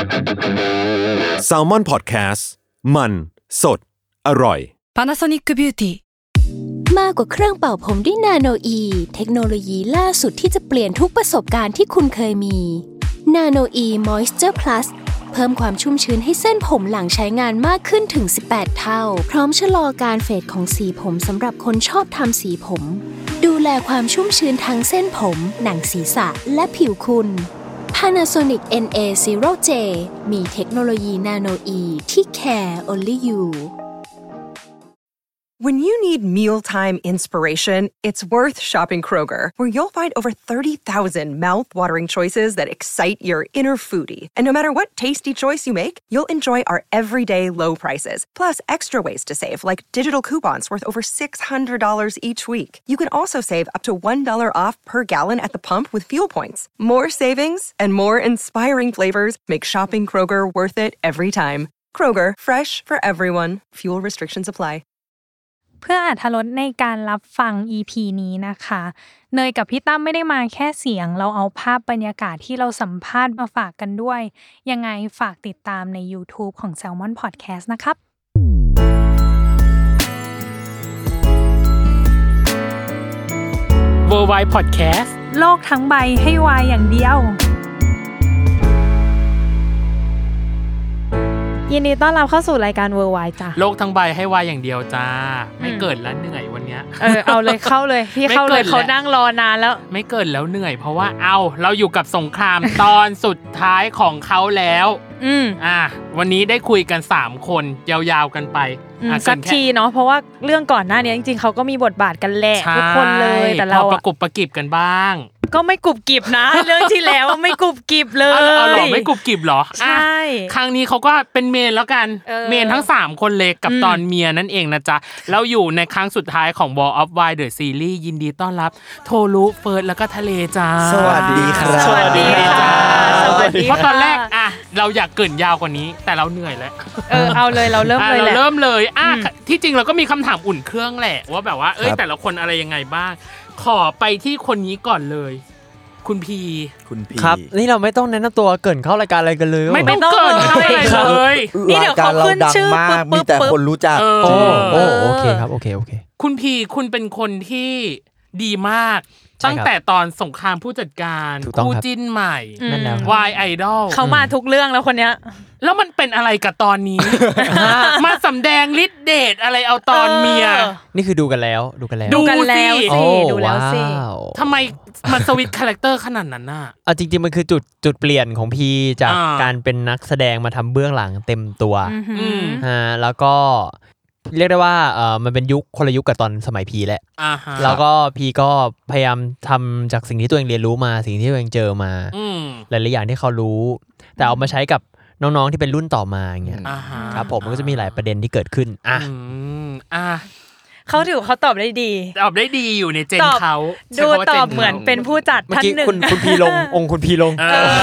Salmon Podcast มันสดอร่อย Panasonic Beauty มากกว่าเครื่องเป่าผมด้วยนาโนอีเทคโนโลยีล่าสุดที่จะเปลี่ยนทุกประสบการณ์ที่คุณเคยมีนาโนอีมอยส์เจอร์พลัสเพิ่มความชุ่มชื้นให้เส้นผมหลังใช้งานมากขึ้นถึง18เท่าพร้อมชะลอการเฟดของสีผมสำหรับคนชอบทำสีผมดูแลความชุ่มชื้นทั้งเส้นผมหนังศีรษะและผิวคุณ Panasonic NA0J มีเทคโนโลยีนาโนอีที่ care only you When you need mealtime inspiration, it's worth shopping Kroger, where you'll find over 30,000 mouth-watering choices that excite your inner foodie. And no matter what tasty choice you make, you'll enjoy our everyday low prices, plus extra ways to save, like digital coupons worth over $600 each week. You can also save up to $1 off per gallon at the pump with fuel points. More savings and more inspiring flavors make shopping Kroger worth it every time. Kroger, fresh for everyone. Fuel restrictions apply. เพื่ออรรถรสในการรับฟัง EP นี้นะคะเนยกับพี่ตั้มไม่ได้มาแค่เสียงเราเอาภาพบรรยากาศที่เราสัมภาษณ์มาฝากกันด้วยยังไงฝากติดตามใน YouTube ของ Salmon Podcast นะครับ Worldwide Podcast โลกทั้งใบให้วายอย่างเดียวยินดีต้อนรับเข้าสู่รายการ Worldwide จ้ะโลกทั้งใบให้วายอย่างเดียวจ้าไม่เกิดแล้วเหนื่อยวันเนี้ยเอาเลยเข้าเลยพี่เข้าเลยเขานั่งรอนานแล้วไม่เกิดแล้วเหนื่อยเพราะว่าเราอยู่กับสงคราม ตอนสุดท้ายของเขาแล้ววันนี้ได้คุยกัน3คนยาวๆกันไปสักทีเนาะเพราะว่าเรื่องก่อนหน้านี้จริงๆเขาก็มีบทบาทกันแหละทุกคนเลยแต่เราประกบประกิบกันบ้างก็ไม่กรุบกริบนะเรื่องที่แล้วไม่กรุบกริบเลยไม่กรุบกริบหรอใช่ครั้งนี้เขาก็เป็นเมนแล้วกันเมนทั้ง3คนเลยกับตอนเมียนั่นเองนะจ๊ะแล้วอยู่ในครั้งสุดท้ายของ Wall of Wine The Series ยินดีต้อนรับโทรุเฟิร์สแล้วก็ทะเลจ้าสวัสดีครับสวัสดีค่ะเพราะตอนแรกเราอยากเกริ่นยาวกว่านี้แต่เราเหนื่อยแล้วเอาเลยเราเริ่มเลยแหละเริ่มเลยที่จริงเราก็มีคำถามอุ่นเครื่องแหละว่าแบบว่าแต่ละคนอะไรยังไงบ้างขอไปที่คนนี้ก่อนเลยคุณพีครับนี่เราไม่ต้องแนะนำตัวเกินเข้ารายการอะไรกันเลยไม่ต้องเกินอะไรเลยนี่เดี๋ยวเขาขึ้นชื่อปุ๊บมีแต่คนรู้จักโอเคครับโอเคคุณพีคุณเป็นคนที่ดีมากตั้งแต่ตอนสงครามผู้จัดการคู่จิ้นใหม่วายไอดอลเขามาทุกเรื่องแล้วคนเนี้ยแล้วมันเป็นอะไรกับตอนนี้ มาสำแดงฤทธิ์เดชอะไรเอาตอนเมียนี่คือดูกันแล้วดูแล้วสิทำไมมันสวิตช์คาแรคเตอร์ขนาดนั้นน่ะจริงๆมันคือจุดเปลี่ยนของพีจากการเป็นนักแสดงมาทำเบื้องหลังเต็มตัวแล้วก็เรียกได้ว่ามันเป็นยุคคนละยุคกับตอนสมัยพีแหละแล้วก็พีก็พยายามทำจากสิ่งที่ตัวเองเรียนรู้มาสิ่งที่ตัวเองเจอมาหลายๆอย่างที่เขารู้แต่เอามาใช้กับน้องๆที่เป็นรุ่นต่อมาอย่างเงี้ยครับผมมันก็จะมีหลายประเด็นที่เกิดขึ้นเขาถือเขาตอบได้ดีอยู่ในเจนเขาดูตอบเหมือนเป็นผู้จัดท่านหนึ่งคุณพีลงคุณพีลง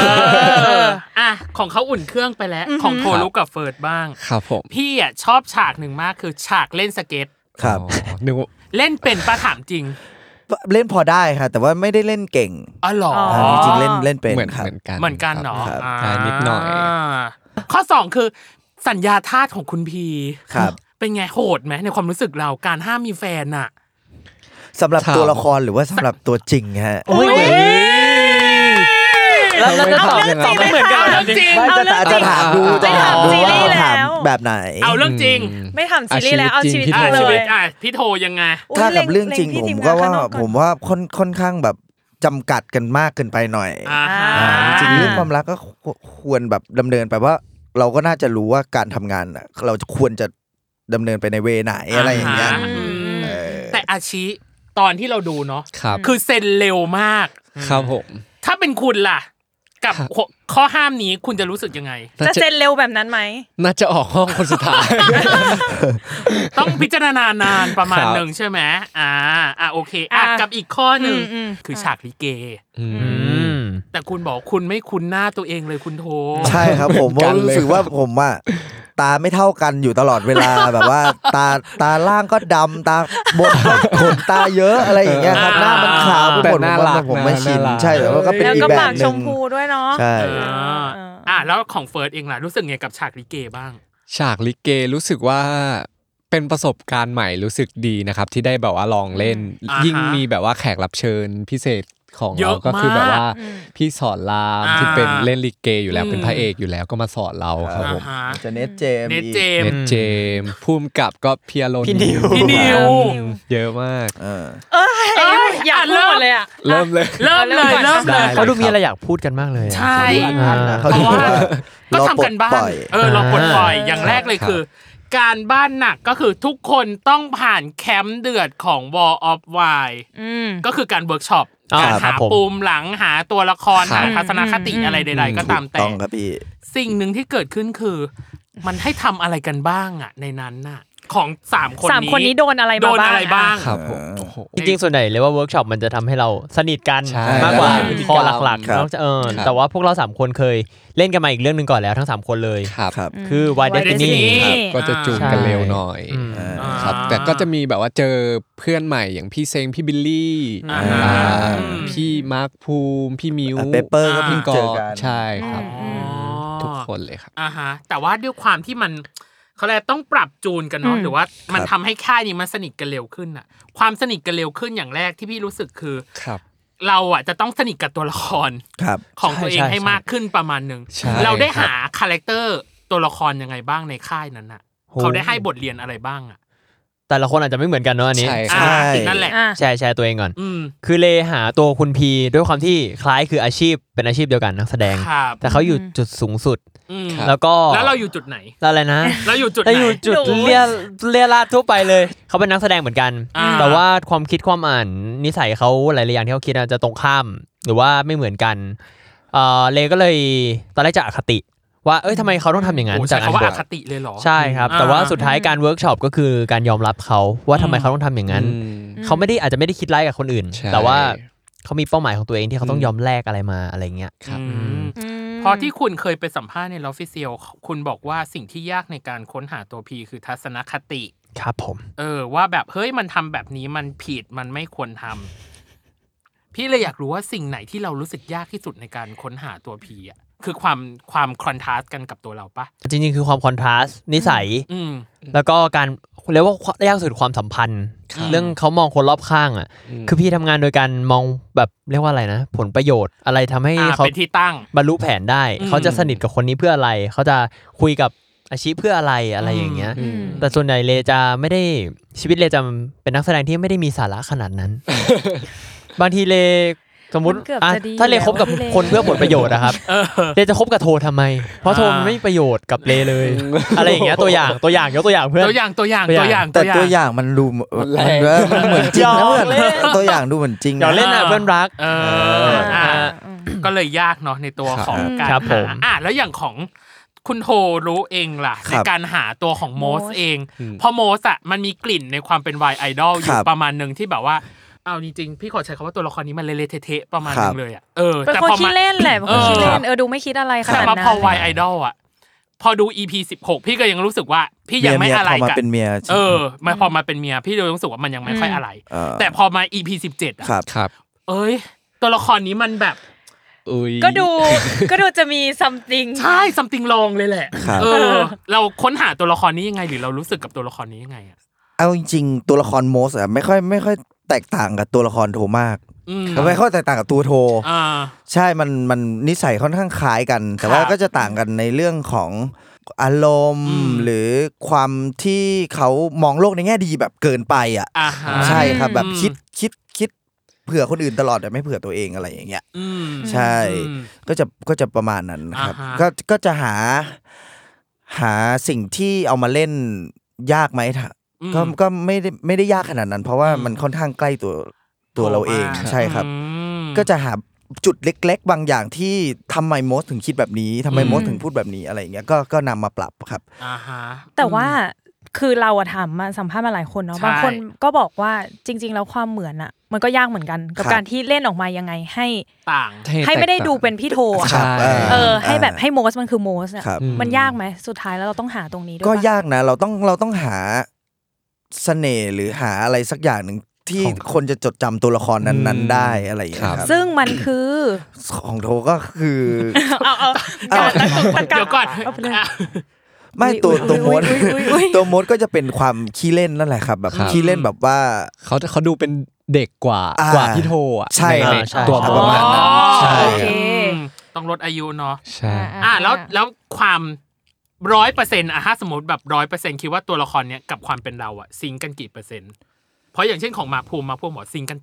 ของเขาอุ่นเครื่องไปแล้วของโทรุกับเฟิร์สบ้างครับผมพี่ชอบฉากหนึ่งมากคือฉากเล่นสเก็ตครับเล่นเป็นป่ะถามจริงเล่นพอได้ค่ะแต่ว่าไม่ได้เล่นเก่งหรอจริงๆเล่นเป็นเหมือนกันเนาะนิดหน่อยข้อ2คือสัญญาทาสของคุณพีครับเป็นไงโหดไหมในความรู้สึกเราการห้ามมีแฟนน่ะสำหรับตัวละครหรือว่าสำหรับตัวจริงฮะแล้วจะตอบยังไงไม่เหมือนกันจริงจะถามดูว่าถามแบบไหนเอาเรื่องจริงไม่ถามซีรีส์แล้วเอาชีวิตเลยพี่โทยังไงถ้ากับเรื่องจริงผมว่าค่อนข้างแบบจำกัดกันมากเกินไปหน่อยจริงเรื่องความรักก็ควรแบบดำเนินไปว่าเราก็น่าจะรู้ว่าการทำงานเราจะควรจะดำเนินไปในเวไหนอะไรอย่างเงี้ยแต่อาชิตอนที่เราดูเนาะคือเซ็นเร็วมากครับผมถ้าเป็นคุณล่ะกับข้อห้ามนี้คุณจะรู้สึกยังไงจะเซ็นเร็วแบบนั้นไหมน่าจะออกห้องคนสุดท้ายต้องพิจารณานานประมาณนึงใช่ไหมโอเคกับอีกข้อนึงคือฉากลิเกแต่คุณบอกคุณไม่คุ้นหน้าตัวเองเลยคุณโทใช่ครับผมรู้สึกว่าผมตาไม่เท่ากันอยู่ตลอดเวลาแบบว่าตาล่างก็ดำตาบนก็ขนตาเยอะอะไรอย่างเงี้ยครับหน้ามันขาวไปหมดผมไม่ชินใช่แต่ว่าก็เป็นอีกแบบนึงแล้วก็ปากชมพูด้วยเนาะใช่แล้วของเฟิร์สเองล่ะรู้สึกไงกับฉากลิเกบ้างฉากลิเกรู้สึกว่าเป็นประสบการณ์ใหม่รู้สึกดีนะครับที่ได้แบบว่าลองเล่นยิ่งมีแบบว่าแขกรับเชิญพิเศษของเราก็คือแบบว่าพี่สอนรามที่เป็นเล่นลิเกอยู่แล้วเป็นพระเอกอยู่แล้วก็มาสอนเราครับผมจะเน็ตเจมพุ่มกับก็พี่อารมณ์พี่นิวเยอะมากอยากพูดเลยอ่ะเริ่มเลยเขาดูมีอะไรอยากพูดกันมากเลยใช่เพราะว่าก็ทำกันบ้านเราปลดปล่อยอย่างแรกเลยคือการบ้านหนักก็คือทุกคนต้องผ่านแคมป์เดือดของ Wall of Wine ก็คือการเวิร์กช็อปการหาปูมหลังหาตัวละครหาทัศนคติอะไรใดๆก็ตามแต่สิ่งหนึ่งที่เกิดขึ้นคือมันให้ทำอะไรกันบ้างอ่ะในนั้นน่ะของ3 คนนี้โดนอะไรบ้างครับผมจริงๆส่วนใหญ่เลยว่าเวิร์กช็อปมันจะทำให้เราสนิทกันมากกว่าคอหลักๆแต่ว่าพวกเรา3คนเคยเล่นกันมาอีกเรื่องนึงก่อนแล้วทั้ง3คนเลยคือ Why Destiny ก็จะจูนกันเร็วหน่อยครับแต่ก็จะมีแบบว่าเจอเพื่อนใหม่อย่างพี่เซงพี่บิลลี่พี่มาร์คภูมิพี่มิวเปเปอร์ก็เพิ่งเจอกันใช่ครับทุกคนเลยครับแต่ว่าด้วยความที่มันเขาเลยต้องปรับจูนกันเนาะหรือว่ามันทำให้ค่ายนี้มันสนิทกันเร็วขึ้นอ่ะความสนิทกันเร็วขึ้นอย่างแรกที่พี่รู้สึกคือเราอ่ะจะต้องสนิทกับตัวละครของตัวเองให้มากขึ้นประมาณนึงเราได้หาคาแรคเตอร์ตัวละครยังไงบ้างในค่ายนั้นอ่ะเขาได้ให้บทเรียนอะไรบ้างอ่ะแต่ละคนอาจจะไม่เหมือนกันเนาะอันนี้ใช่นั่นแหละแชร์ตัวเองก่อนคือเลหาตัวคุณพีด้วยความที่คล้ายคืออาชีพเป็นอาชีพเดียวกันนักแสดงแต่เขาอยู่จุดสูงสุดแล้วเราอยู่จุดไหนอะไรนะเราอยู่จุดเรียราดทั่วไปเลยเขาเป็นนักแสดงเหมือนกันแต่ว่าความคิดความอ่านนิสัยเขาหลายๆอย่างที่เขาคิดจะตรงข้ามหรือว่าไม่เหมือนกันเลก็เลยตอนแรกจะอคติว่าทำไมเขาต้องทำอย่างนั้นจากอันบทอคติเลยเหรอใช่ครับแต่ว่าสุดท้ายการเวิร์กช็อปก็คือการยอมรับเขาว่าทำไมเขาต้องทำอย่างนั้นเขาอาจจะไม่ได้คิดร้ายกับคนอื่นแต่ว่าเขามีเป้าหมายของตัวเองที่เขาต้องยอมแลกอะไรมาอะไรเงี้ยครับพอที่คุณเคยไปสัมภาษณ์ใน L'Official คุณบอกว่าสิ่งที่ยากในการค้นหาตัวพีคือทัศนคติครับผมว่าแบบเฮ้ยมันทำแบบนี้มันผิดมันไม่ควรทำพี่เลยอยากรู้ว่าสิ่งไหนที่เรารู้สึกยากที่สุดในการค้นหาตัวพีอ่ะคือความคอนทราสต์กันกับตัวเราปะจริงๆคือความคอนทราสต์นิสัยแล้วก็การเรียกว่ายากสุดความสัมพันธ์เรื่องเขามองคนรอบข้างอ่ะคือพี่ทำงานโดยการมองแบบเรียกว่าอะไรนะผลประโยชน์อะไรทำให้เขาเป็นที่ตั้งบรรลุแผนได้เขาจะสนิทกับคนนี้เพื่ออะไรเขาจะคุยกับอาชีพเพื่ออะไรอย่างเงี้ยแต่ส่วนใหญ่เลจะไม่ได้ชีวิตเลจะเป็นนักแสดงที่ไม่ได้มีสาระขนาดนั้น บางทีเลสมมุติถ้าเลคบกับคนเพื่อผลประโยชน์นะครับเลจะคบกับโททำไมเพราะโทมันไม่มีประโยชน์กับเลเลยอะไรอย่างเงี้ยตัวอย่างยกตัวอย่างเพื่อนตัวอย่างแต่ตัวอย่างมันดูมันเหมือนจริงนะเพื่อนตัวอย่างดูเหมือนจริงอย่าเล่นนะเพื่อนรักก็เลยยากเนาะในตัวของการหาแล้วอย่างของคุณโทรู้เองล่ะในการหาตัวของโมสเองเพราะโมสอ่ะมันมีกลิ่นในความเป็นวายไอดอลอยู่ประมาณนึงที่แบบว่าเอาจริงๆพี่ขอใช้คำว่าตัวละครนี้มันเละๆเทะๆประมาณนึงเลยอ่ะแต่พอคิดเล่นแหละพอคิดเล่นดูไม่คิดอะไรขนาดนั้นแต่พอวายไอดอลอ่ะพอดู EP 16พี่ก็ยังรู้สึกว่าพี่ยังไม่อะไรกันมาพอมาเป็นเมียพี่รู้สึกว่ามันยังไม่ค่อยอะไรแต่พอมา EP 17อ่ะครับตัวละครนี้มันแบบก็ดูจะมี something ใช่ something ลองเลยแหละเราค้นหาตัวละครนี้ยังไงหรือเรารู้สึกกับตัวละครนี้ยังไงอ่ะเอาจริงๆตัวละครโมสอ่ะไม่ค่อยแตกต่างกับตัวละครโทมากไม่ค่อยแตกต่างกับตัวโทใช่มันนิสัยค่อนข้างคล้ายกันแต่ว่าก็จะต่างกันในเรื่องของอารมณ์หรือความที่เขามองโลกในแง่ดีแบบเกินไปอ่ะใช่ครับแบบคิดเผื่อคนอื่นตลอดแต่ไม่เผื่อตัวเองอะไรอย่างเงี้ยใช่ก็จะประมาณนั้นครับก็จะหาสิ่งที่เอามาเล่นยากไหมก็ไม่ได้ยากขนาดนั้นเพราะว่ามันค่อนข้างใกล้ตัวเราเองใช่ครับก็จะหาจุดเล็กๆบางอย่างที่ทำไมโมสถึงคิดแบบนี้ทำไมโมสถึงพูดแบบนี้อะไรอย่างเงี้ยก็นำมาปรับครับแต่ว่าคือเราถามมาสัมภาษณ์มาหลายคนเนาะบางคนก็บอกว่าจริงๆแล้วความเหมือนอ่ะมันก็ยากเหมือนกันกับการที่เล่นออกมายังไงให้ต่างให้ไม่ได้ดูเป็นพี่โทให้แบบให้โมสมันคือโมสอ่ะมันยากไหมสุดท้ายแล้วเราต้องหาตรงนี้ด้วยก็ยากนะเราต้องหาเสน่ห์หรือหาอะไรสักอย่างนึงที่คนจะจดจำตัวละครนั้นๆได้อะไรอย่างเงี้ยครับซึ่งมันคือของโทก็คือเอาเดี๋ยวก่อนไม่ตัวมดก็จะเป็นความขี้เล่นนั่นแหละครับแบบขี้เล่นแบบว่าเขาดูเป็นเด็กกว่าพี่โทอ่ะใช่ตัวประมาณนั้นใช่ต้องลดอายุเนาะใช่แล้วความ100%ถ้าสมมติแบบ 100% คิดว่าตัวละครเนี้ยกับความเป็นเราอะซิงกันกี่เปอร์เซ็นต์เพราะอย่างเช่นของมาภูมิหมอซิงกัน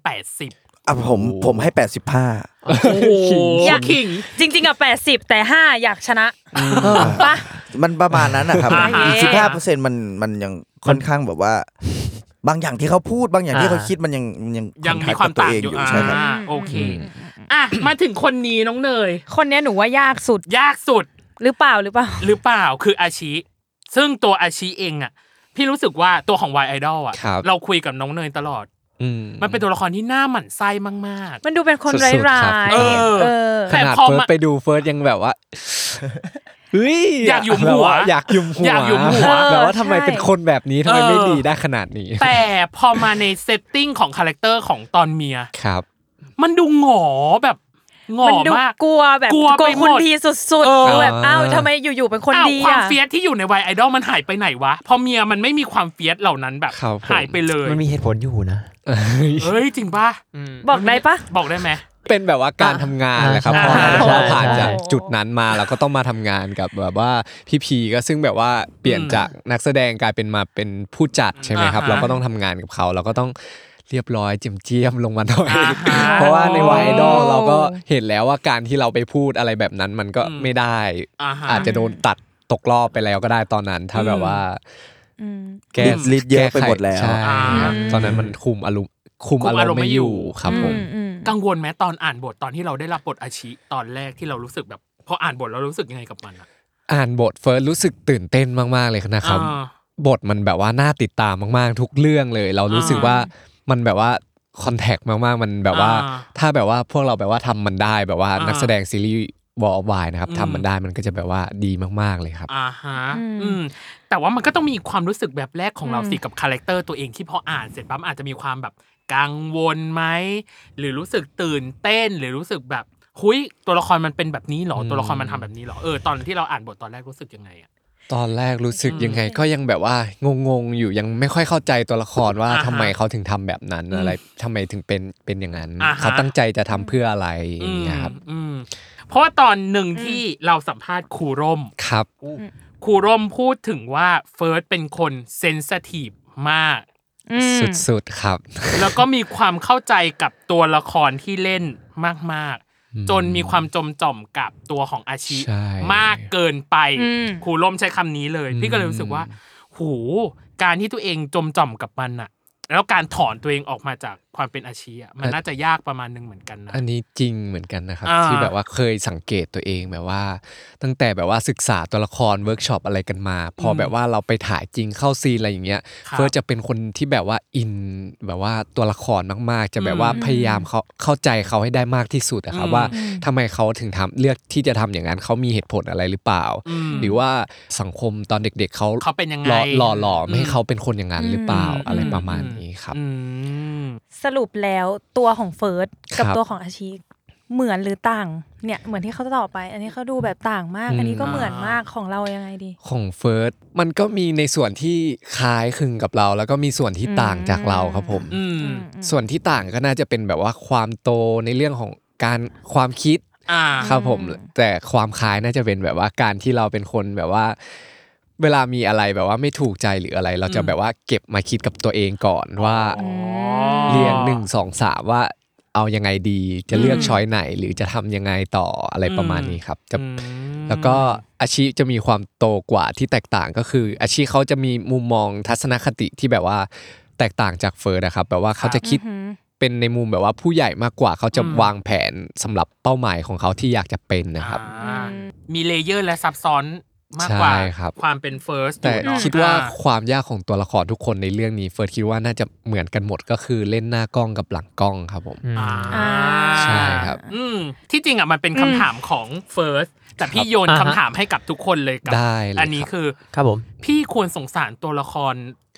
80 ผมให้85 โอ้โหขิงจริงๆอ่ะ80แต่5อยากชนะป่ะมันประมาณนั้นนะครับอีก 15% มันยังค่อนข้างแบบว่าบางอย่างที่เขาพูดบางอย่างที่เขาคิดมันยังมีความต่างอยู่ใช่ครับโอเคมาถึงคนนี้น้องเนยคนนี้หนูว่ายากสุดหรือเปล่าคืออาชิซึ่งตัวอาชิเองอ่ะพี่รู้สึกว่าตัวของ Y Idol อ่ะเราคุยกับน้องเนยตลอดมันเป็นตัวละครที่น่าหมั่นไส้มากๆมันดูเป็นคนร้ายๆแต่พอไปดูเฟิร์สยังแบบว่าเฮ้ยอยากหยุมหัวแบบว่าทำไมเป็นคนแบบนี้ทำไมไม่ดีได้ขนาดนี้แต่พอมาในเซตติ้งของคาแรคเตอร์ของตอนเมียครับมันดูหงอแบบมันดูกลัวแบบกลัวคุณทีสุดๆแบบอ้าวทำไมอยู่ๆเป็นคนดีความเฟียสที่อยู่ในวัยไอดอลมันหายไปไหนวะพอเมียมันไม่มีความเฟียสเหล่านั้นแบบหายไปเลยมันมีเหตุผลอยู่นะเฮ้ยจริงป่ะบอกได้ปะบอกได้ไหมเป็นแบบว่าการทำงานแหละครับพอผ่านจากจุดนั้นมาเราก็ต้องมาทำงานกับแบบว่าพี่พีก็ซึ่งแบบว่าเปลี่ยนจากนักแสดงกลายเป็นมาเป็นผู้จัดใช่ไหมครับเราก็ต้องทำงานกับเขาเราก็ต้องเรียบร้อยเจียมลงมาหน่อยเพราะว่าในวัยไอดอลเราก็เห็นแล้วว่าการที่เราไปพูดอะไรแบบนั้นมันก็ไม่ได้อาจจะโดนตัดตกรอบไปแล้วก็ได้ตอนนั้นถ้าแบบว่าแก้ลิดเยอะไปหมดแล้วตอนนั้นมันคุมอารมณ์ไม่อยู่ครับผมกังวลไหมตอนอ่านบทตอนที่เราได้รับบทอาชิตอนแรกที่เรารู้สึกแบบพออ่านบทเรารู้สึกยังไงกับมันอ่านบทเฟิร์สรู้สึกตื่นเต้นมากๆเลยนะครับบทมันแบบว่าน่าติดตามมากๆทุกเรื่องเลยเรารู้สึกว่ามันแบบว่าคอนแทคมากๆมันแบบว่าถ้าแบบว่าพวกเราแบบว่าทำมันได้แบบว่านักแสดงซีรีส์วอลวายนะครับทำมันได้มันก็จะแบบว่าดีมากๆเลยครับแต่ว่ามันก็ต้องมีความรู้สึกแบบแรกของเราสิกับคาแรคเตอร์ตัวเองที่พออ่านเสร็จปั๊บอาจจะมีความแบบกังวลไหมหรือรู้สึกตื่นเต้นหรือรู้สึกแบบหุยตัวละครมันเป็นแบบนี้หรอตัวละครมันทำแบบนี้หรอตอนที่เราอ่านบทตอนแรกรู้สึกยังไงตอนแรกรู้สึกยังไงก็ยังแบบว่างงๆอยู่ยังไม่ค่อยเข้าใจตัวละครว่าทำไมเขาถึงทำแบบนั้นอะไรทำไมถึงเป็นอย่างนั้นเขาตั้งใจจะทำเพื่ออะไรอย่างเงี้ยครับเพราะว่าตอนหนึ่งที่เราสัมภาษณ์ครูร่มครับครูร่มพูดถึงว่าเฟิร์สเป็นคนเซนซิทีฟมากสุดๆครับแล้วก็มีความเข้าใจกับตัวละครที่เล่นมากๆจนมีความจมจ่อมกับตัวของอาชิมากเกินไปครูร่มใช้คำนี้เลยพี่ก็เลยรู้สึกว่าโหการที่ตัวเองจมจ่อมกับมันอะแล้วการถอนตัวเองออกมาจากความเป็นอาชีพมันน่าจะยากประมาณนึงเหมือนกันนะอันนี้จริงเหมือนกันนะครับที่แบบว่าเคยสังเกตตัวเองแบบว่าตั้งแต่แบบว่าศึกษาตัวละครเวิร์กช็อปอะไรกันมาพอแบบว่าเราไปถ่ายจริงเข้าซีนอะไรอย่างเงี้ยเฟิร์สจะเป็นคนที่แบบว่าอินแบบว่าตัวละครมากๆจะแบบว่าพยายามเข้าใจเขาให้ได้มากที่สุดนะครับว่าทำไมเขาถึงเลือกที่จะทำอย่างนั้นเขามีเหตุผลอะไรหรือเปล่าหรือว่าสังคมตอนเด็กๆเขาเป็นยังไงหล่อไม่ให้เขาเป็นคนอย่างนั้นหรือเปล่าอะไรประมาณนี้ครับสรุปแล้วตัวของเฟิร์สกับตัวของอาชิเหมือนหรือต่างเนี่ยเหมือนที่เขาตอบไปอันนี้เขาดูแบบต่างมากอันนี้ก็เหมือนมากของเรายังไงดีของเฟิร์สมันก็มีในส่วนที่คล้ายคลึงกับเราแล้วก็มีส่วนที่ต่างจากเราครับผมส่วนที่ต่างก็น่าจะเป็นแบบว่าความโตในเรื่องของการความคิดครับผมแต่ความคล้ายน่าจะเป็นแบบว่าการที่เราเป็นคนแบบว่าเวลามีอะไรแบบว่าไม่ถูกใจหรืออะไรเราจะแบบว่าเก็บมาคิดกับตัวเองก่อนว่าเรียง1 2 3ว่าเอายังไงดีจะเลือกช้อยไหนหรือจะทำยังไงต่ออะไรประมาณนี้ครับจะแล้วก็อาชีจะมีความโตกว่าที่แตกต่างก็คืออาชีเขาจะมีมุมมองทัศนคติที่แบบว่าแตกต่างจากเฟิร์สนะครับแบบว่าเขาจะคิดเป็นในมุมแบบว่าผู้ใหญ่มากกว่าเขาจะวางแผนสำหรับเป้าหมายของเขาที่อยากจะเป็นนะครับมีเลเยอร์และซับซ้อนมากกว่าความเป็นเฟิร์สแต่คิดว่าความยากของตัวละครทุกคนในเรื่องนี้เฟิร์สคิดว่าน่าจะเหมือนกันหมดก็คือเล่นหน้ากล้องกับหลังกล้องครับผมใช่ครับที่จริงอ่ะมันเป็นคำถามของเฟิร์สแต่พี่โยนคำถามให้กับทุกคนเลยกับอันนี้คือครับผมพี่ควรสงสารตัวละคร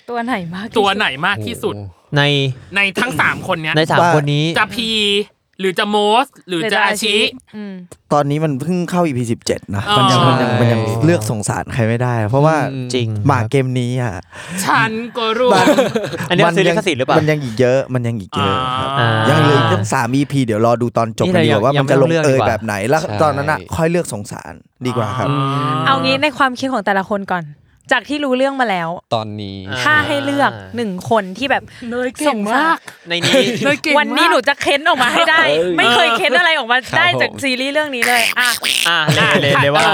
ตัวไหนมากที่สุดในทั้ง3คนเนี้ยใน3คนนี้จะพีหรือจะโมสหรือจะอาชิตอนนี้มันเพิ่งเข้า EP 17นะมันยังเลือกสงสารใครไม่ได้เพราะว่าจริงหมากเกมนี้อ่ะฉันก็รู้อันนี้ซื้อลิขสิทธิ์หรือเปล่ามันยังอีกเยอะครับยังเหลืออีกตั้ง3 EP เดี๋ยวรอดูตอนจบกันดีกว่ามันจะลงแบบไหนแล้วตอนนั้นน่ะค่อยเลือกสงสารดีกว่าครับเอางี้ในความคิดของแต่ละคนก่อนจากที่รู้เรื่องมาแล้วตอนนี้ถ้าให้เลือก1คนที่แบบเนยเก่งมากในนี้วันนี้หนูจะเค้นออกมาให้ได้ไม่เคยเค้นอะไรออกมาได้จากซีรีส์เรื่องนี้เลยเลยว่า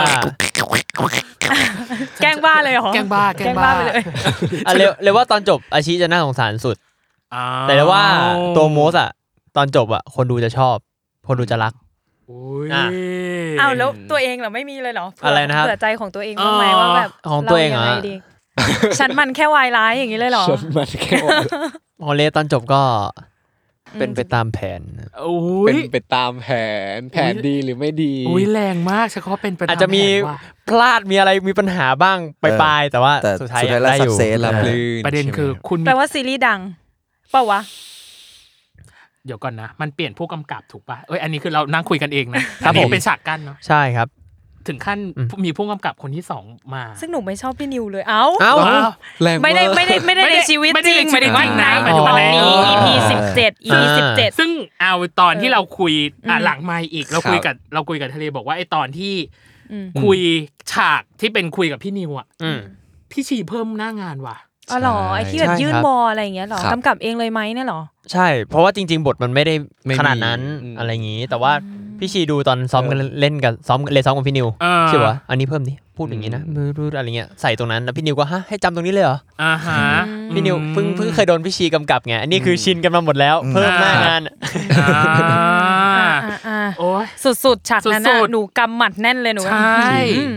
แกล้งบ้าเลยเหรอแกล้งบ้าไปเลยเลยว่าตอนจบอาชิจะน่าสงสารสุดแต่เลยว่าตัวโมสอะตอนจบอะคนดูจะชอบคนดูจะรักอ้าวแล้วตัวเองเหรอไม่มีเลยเหรออะไรนะครับเผื่อใจของตัวเองบ้างไหมว่าแบบของตัวเองเหรอฉันมันแค่วายร้ายอย่างนี้เลยเหรอฉันมันแค่ฮอลเลตอนจบก็เป็นไปตามแผนเป็นไปตามแผนดีหรือไม่ดีแรงมากเฉพาะเป็นไปตามแผนอาจจะมีพลาดมีอะไรมีปัญหาบ้างปลายๆแต่ว่าสุดท้ายได้อยู่ประเด็นคือคุณแปลว่าซีรีส์ดังเปล่าวะเดี๋ยวก่อนนะมันเปลี่ยนผู้กำกับถูกป่ะอันนี้คือเรานั่งคุยกันเองนะอันนี้เป็นฉากกั้นเนาะใช่ครับถึงขั้นมีผู้กำกับคนที่2มาซึ่งหนูไม่ชอบพี่นิวเลยไม่ได้ในชีวิตจริงหมายถึงว่าในตอนนี้ EP 17 ซึ่งเอาตอนที่เราคุยหลังไมค์อีกเราคุยกับทะเลบอกว่าไอ้ตอนที่คุยฉากที่เป็นคุยกับพี่นิวอ่ะพี่ชีเพิ่มหน้างานว่ะอ๋อเหรอไอ้ที่แบบยื่นบอลอะไรอย่างเงี้ยหรอกำกับเองเลยไหมเนี่ยหรอใช่เพราะว่าจริงๆบทมันไม่ได้ขนาดนั้นอะไรอย่างงี้แต่ว่าพี่ชีดูตอนซ้อมกันเล่นกับซ้อมกับพี่นิวใช่ป่ะอันนี้เพิ่มดิพูดอย่างงี้นะพูดอะไรเงี้ยใส่ตรงนั้นแล้วพี่นิวก็ฮะให้จำตรงนี้เลยเหรอพี่นิวเพิ่งเคยโดนพี่ชีกำกับไงอันนี้คือชินกันมาหมดแล้วเพิ่มหน้างานโอ้ยสุดๆฉากนั้นหนูกำหมัดแน่นเลยหนูใช่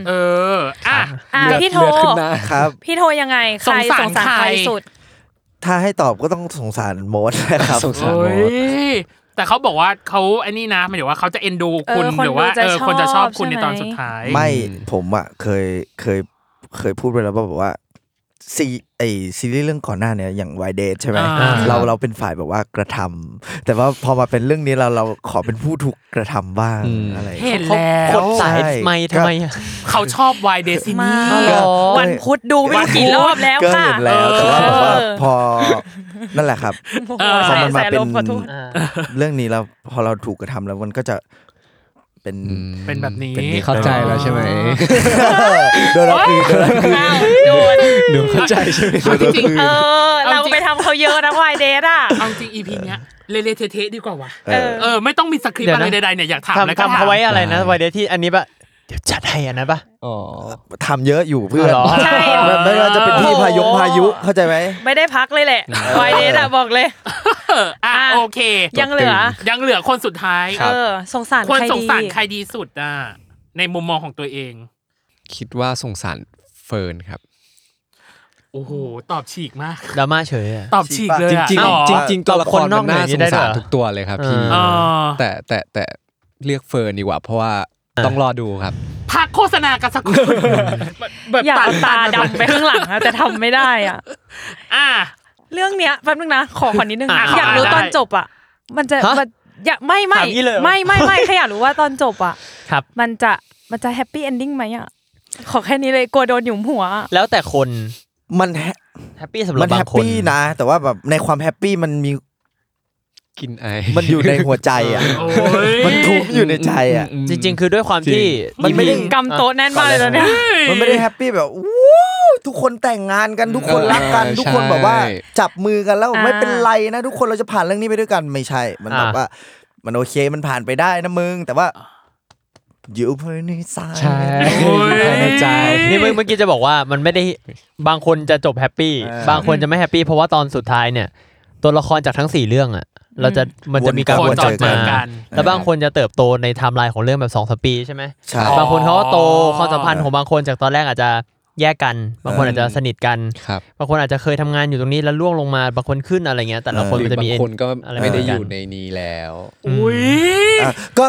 พี่โทครับพี่โทยังไงใครสงสารใครสุดถ้าให้ตอบก็ต้องสงสารโมดนะครับสงสารโมดแต่เขาบอกว่าเขาไอ้นี่นะหมายถึงว่าเขาจะเอ็นดูคุณหรือว่าคนจะชอบคุณในตอนสุดท้ายไม่ผมอ่ะเคยพูดไปแล้วบอกว่าซีรีส์เรื่องก่อนหน้าเนี่ยอย่าง Wide Date ใช่ไหมเราเป็นฝ่ายแบบว่ากระทำแต่ว่าพอมาเป็นเรื่องนี้เราขอเป็นผู้ถูกกระทำบ้างอะไรเห็นแล้วคนสายไม่ทำไมเขาชอบ Wide Date ซีรีส์วันพุธดูไม่กี่รอบแล้วค่ะก็เห็นแล้วแต่ว่าแบบว่าพอนั่นแหละครับพอมันมาเป็นเรื่องนี้แล้วพอเราถูกกระทำแล้วมันก็จะเป็นแบบนี้เข้าใจแล้วใช่ไหมโดนเราคือหนูเข้าใจใช่ไหมเราไปทำเขาเยอะนะวายเดทอ่ะเอาจริง EP เนี้ยเละๆเทะๆดีกว่าว่ะไม่ต้องมีสคริปต์อะไรใดๆเนี่ยอยากถามนะทำเขาไว้อะไรนะวายเดทที่อันนี้ปะเดี๋ยวจัดให้อันนั้นปะทำเยอะอยู่เพื่อนใช่ไม่ว่าจะเป็นที่พายุเข้าใจไหมไม่ได้พักเลยแหละวายเดทอ่ะบอกเลยโอเคยังเหลือคนสุดท้ายสงสารใครดีสุดในมุมมองของตัวเองคิดว่าสงสารเฟิร์นครับโอ้โหตอบฉีกมากดราม่าเฉยตอบฉีกเลยจริงตัวละครมันน่าสงสารทุกตัวเลยครับพี่แต่เรียกเฟิร์นดีกว่าเพราะว่าต้องรอดูครับพักโฆษณากันสักคนแบบอยากตาดำไปข้างหลังแต่ทำไม่ได้เรื่องเนี้ยแป๊บนึงนะขอนิดนึงอยากรู้ตอนจบอ่ะมันจะไม่แค่อยากรู้ว่าตอนจบอ่ะมันจะแฮปปี้เอนดิ้งไหมอ่ะขอแค่นี้เลยกลัวโดนหยุมหัวแล้วแต่คนมันแฮปปี้สำหรับบางคนมันแฮปปี้นะแต่ว่าแบบในความแฮปปี้มันมีกินไอมันอยู่ในหัวใจอ่ะมันทุกอยู่ในใจอ่ะจริงๆคือด้วยความที่มันไม่ได้กำโต๊ะแน่นมากเลยตอนนี้มันไม่ได้แฮปปี้แบบทุกคนแต่งงานกันทุกคนรักกันทุกคนแบบว่าจับมือกันแล้วไม่เป็นไรนะทุกคนเราจะผ่านเรื่องนี้ไปด้วยกันไม่ใช่มันแบบว่ามันโอเคมันผ่านไปได้นะมึงแต่ว่าอยู่ภายในใจใช่ในใจนี่เมื่อกี้จะบอกว่ามันไม่ได้บางคนจะจบแฮปปี้บางคนจะไม่แฮปปี้เพราะว่าตอนสุดท้ายเนี่ยตัวละครจากทั้ง4เรื่องอ่ะมันจะมีการวนจอดมาแล้วบางคนจะเติบโตในไทม์ไลน์ของเรื่องแบบ 2-3 ปีใช่ไหมบางคนเขาก็โตความสัมพันธ์ของบางคนจากตอนแรกอาจจะแยกกันบางคนอาจจะสนิทกันบางคนอาจจะเคยทำงานอยู่ตรงนี้แล้วล่วงลงมาบางคนขึ้นอะไรเงี้ยแต่ละคนมันจะมีบางคนก็ไม่ได้อยู่ในนี้แล้วก็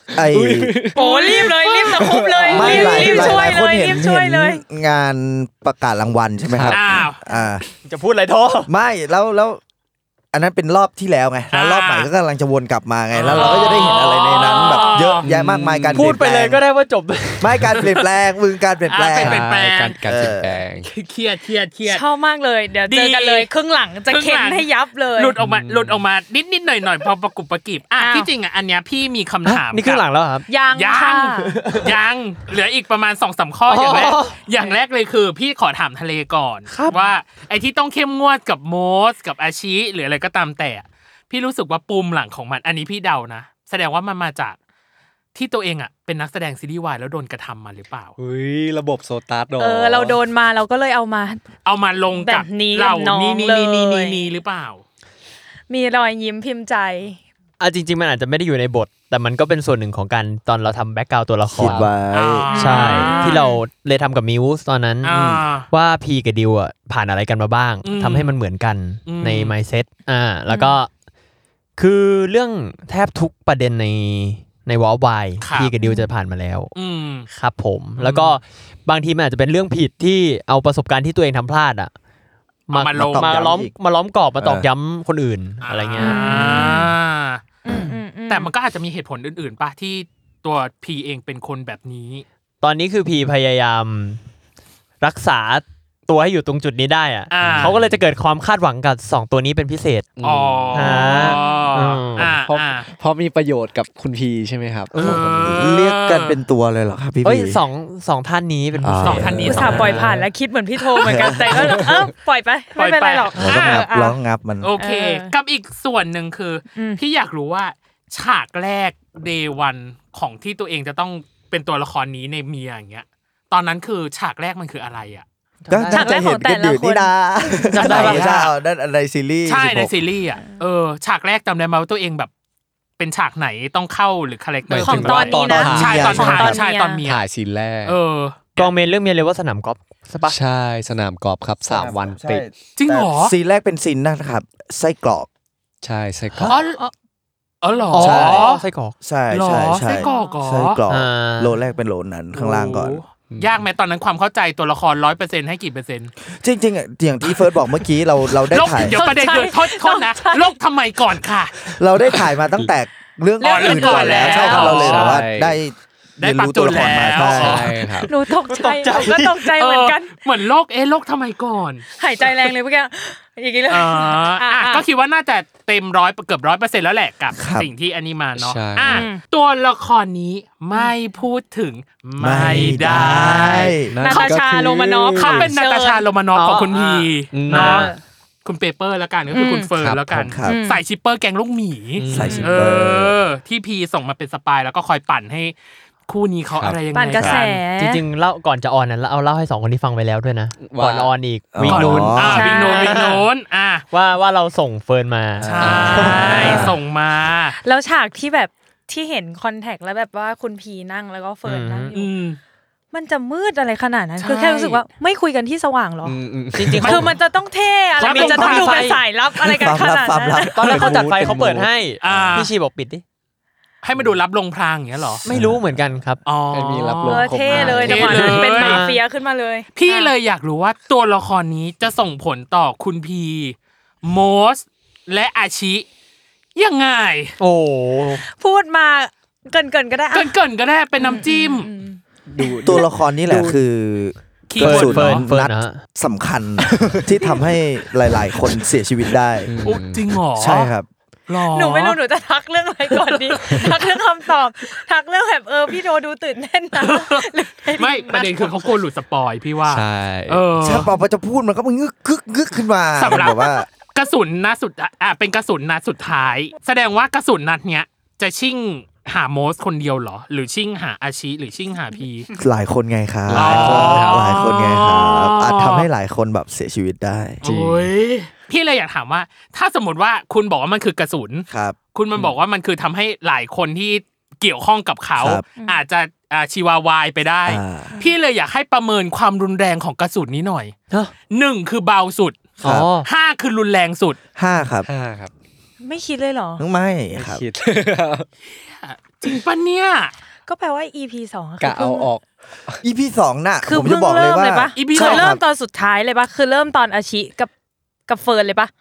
ไอ้โอ้รีบเลยรีบตะคุบเลยรีบช่วยเลยรีบช่วยเลยงานประกาศรางวัลใช่ไหมครับจะพูดอะไรโทไม่แล้วอันนั้นเป็นรอบที่แล้วไงแล้วรอบใหม่ก็กำลังจะวนกลับมาไงแล้วเราก็จะได้เห็นอะไรในนั้นแบบเยอะแยะมากมายการพูดไปเลยก็ได้ว่าจบไม่การเปลี่ยนแปลงการเปลี่ยนแปลงการเปลี่ยนแปลงเครียดชอบมากเลยเดี๋ยวเจอกันเลยครึ่งหลังจะเข็นให้ยับเลยหลุดออกมานิดหน่อยพอประกุบประกิบที่จริงอันเนี้ยพี่มีคำถามนี่ครึ่งหลังแล้วครับยังเหลืออีกประมาณ 2-3 ข้ออย่างแรกเลยคือพี่ขอถามทะเลก่อนว่าไอ้ที่ต้องเข้มงวดกับโมสกับอาชิหรืออะไรก็ตามแต่พี่รู้สึกว่าปุ่มหลังของมันอันนี้พี่เดานะแสดงว่ามันมาจากที่ตัวเองเป็นนักแสดงซีรีส์วายแล้วโดนกระทำมาหรือเปล่าระบบโซตัสเราโดนมาเราก็เลยเอามาลงกับเรานี่หรือเปล่ามีรอยยิ้มพิมพ์ใจจริงๆมันอาจจะไม่ได้อยู่ในบทแต่มันก็เป็นส่วนหนึ่งของการตอนเราทำแบ็คกราวด์ตัวละครใช่ที่เราเลยทำกับมิวส์ตอนนั้นว่าพีกับดิวผ่านอะไรกันมาบ้างทำให้มันเหมือนกันใน mindset แล้วก็คือเรื่องแทบทุกประเด็นในวอลวายพี่กับดิวจะผ่านมาแล้วครับผมแล้วก็บางทีมันอาจจะเป็นเรื่องผิดที่เอาประสบการณ์ที่ตัวเองทำพลาดมาล้อมกรอบมาตอกย้ำคนอื่นอะไรเงี้ยแต่มันก็อาจจะมีเหตุผลอื่นๆป่ะที่ตัวพีเองเป็นคนแบบนี้ตอนนี้คือพีพยายามรักษาตัวให้อยู่ตรงจุดนี้ได้เขาก็เลยจะเกิดความคาดหวังกับ2ตัวนี้เป็นพิเศษเพราะมีประโยชน์กับคุณพีใช่ไหมครับเรียกกันเป็นตัวเลยเหรอครับพี่พีสองท่านนี้เป็น 2ท่านนี้อุตส่าห์ปล่อยผ่านแล้วคิดเหมือนพี่โทเหมือนกันแต่ก็ปล่อยไปไม่เป็นไรหรอกร้องงับมันโอเคกับอีกส่วนหนึ่งคือพี่อยากรู้ว่าฉากแรก day 1ของที่ตัวเองจะต้องเป็นตัวละครนี้ในเมียอย่างเงี้ยตอนนั้นคือฉากแรกมันคืออะไรก็จะเห็นกันอยู่นี่นะจำได้ป่ะนั่นในซีรีส์ใช่ในซีรีส์ฉากแรกจำได้ไหมว่าตัวเองแบบเป็นฉากไหนต้องเข้าหรือคาแรคเตอร์ของตอนนี้นะใช่ตอนเมียถ่ายซีนแรกกองเมนเรื่องเมียเรียกว่าสนามกอล์ฟใช่สนามกอล์ฟครับ3วันติดจริงเหรอซีนแรกเป็นซีนนะครับไส้กรอกใช่ไส้กรอกเหรอใช่ไส้กรอกใช่ไส้กรอกโลแรกเป็นโลนั้นข้างล่างก่อนยากไหมตอนนั้นความเข้าใจตัวละคร 100% ให้กี่เปอร์เซ็นต์จริงๆอย่างที่เฟิร์สบอกเมื่อกี้เราได้ถ่ายเดี๋ยวประเด็นคือโทษนะโลกทำไมก่อนค่ะเราได้ถ่ายมาตั้งแต่เรื่องอื่นก่อนแล้วใช่ครับเราเลยว่าได้เรียนรู้ตัวละครมาใช่ครับหนูตกใจก็ตกใจเหมือนกันเหมือนโลกทำไมก่อนหายใจแรงเลยเมื่อกี้อย่างงี้เลยก็คิดว่าน่าจะเต็ม100เกือบ 100% แล้วแหละกับสิ่งที่อันนี้มาเนาะตัวละครนี้ไม่พูดถึงไม่ได้นาตาชาโรมานอฟเขาเป็นนาตาชาโรมานอฟของคุณพีเนาะคุณเปเปอร์แล้วกันก็คือคุณเฟิร์นแล้วกันใส่ชิปเปอร์แกงลูกหมีใส่ชิปเปอร์ที่พีส่งมาเป็นสปายแล้วก็คอยปั่นให้คู่นี้เขาอะไรยังไงกันจริงๆเล่าก่อนจะออนนั้นเล่าให้2คนที่ฟังไปแล้วด้วยนะก่อนออนอีกวิ่งโน้นว่าเราส่งเฟิร์นมาใช่ส่งมาแล้วฉากที่แบบที่เห็นคอนแทคแล้วแบบว่าคุณพีนั่งแล้วก็เฟิร์นนั่งอยู่มันจะมืดอะไรขนาดนั้นคือแค่รู้สึกว่าไม่คุยกันที่สว่างหรอจริงๆคือมันจะต้องเท่อะไรมันจะต้องดูเป็นสายลับอะไรกันขนาดนั้นตอนแรกเขาจัดไฟเขาเปิดให้พี่ชีบอกปิดดิให้มาดูรับลงพรางอย่างเงี้ยหรอไม่รู้เหมือนกันครับมีรับลงเท่เลยจังหวะนั้นเป็นมาเฟียขึ้นมาเลยพี่เลยอยากรู้ว่าตัวละครนี้จะส่งผลต่อคุณพีโมสและอาชิยังไงพูดมาเกินก็ได้เกินก็ได้เป็นน้ำจิ้มตัวละครนี้แหละคือเฟิร์นนัดสำคัญที่ทำให้หลายๆคนเสียชีวิตได้จริงเหรอใช่ครับหนูไม่รู้หนูจะทักเรื่องอะไรก่อนดีทักเรื่องคำตอบทักเรื่องแบบพี่โดดูตื่นเต้นนะไม่ประเด็นคือเขากลัวหลุดสปอยพี่ว่าใช่ถ้าพอจะพูดมันก็งึกขึ้นมาสำหรับว่ากระสุนนัดสุดเป็นกระสุนนัดสุดท้ายแสดงว่ากระสุนนัดเนี้ยจะชิ่งหาโมสคนเดียวเหรอหรือชิ่งหาอาชิหรือชิ่งหาพีหลายคนไงครับหลายคนไงครับอาจทำให้หลายคนแบบเสียชีวิตได้จริงพี่เลยอยากถามว่าถ้าสมมติว่าคุณบอกว่ามันคือกระสุนคุณมันบอกว่ามันคือทำให้หลายคนที่เกี่ยวข้องกับเขาอาจจะชีวาวายไปได้พี่เลยอยากให้ประเมินความรุนแรงของกระสุนนี้หน่อย1คือเบาสุด5คือรุนแรงสุด 5ครับไม่คิดเลยเหรอไม่ครับจริงปะเนี่ยก็แปลว่า EP 2 กะเอาออก EP 2น่ะผมจะบอกเลยว่าคือเริ่มตอนสุดท้ายเลยปะคือเริ่มตอนอาชิกับเฟิร์นเลยปะ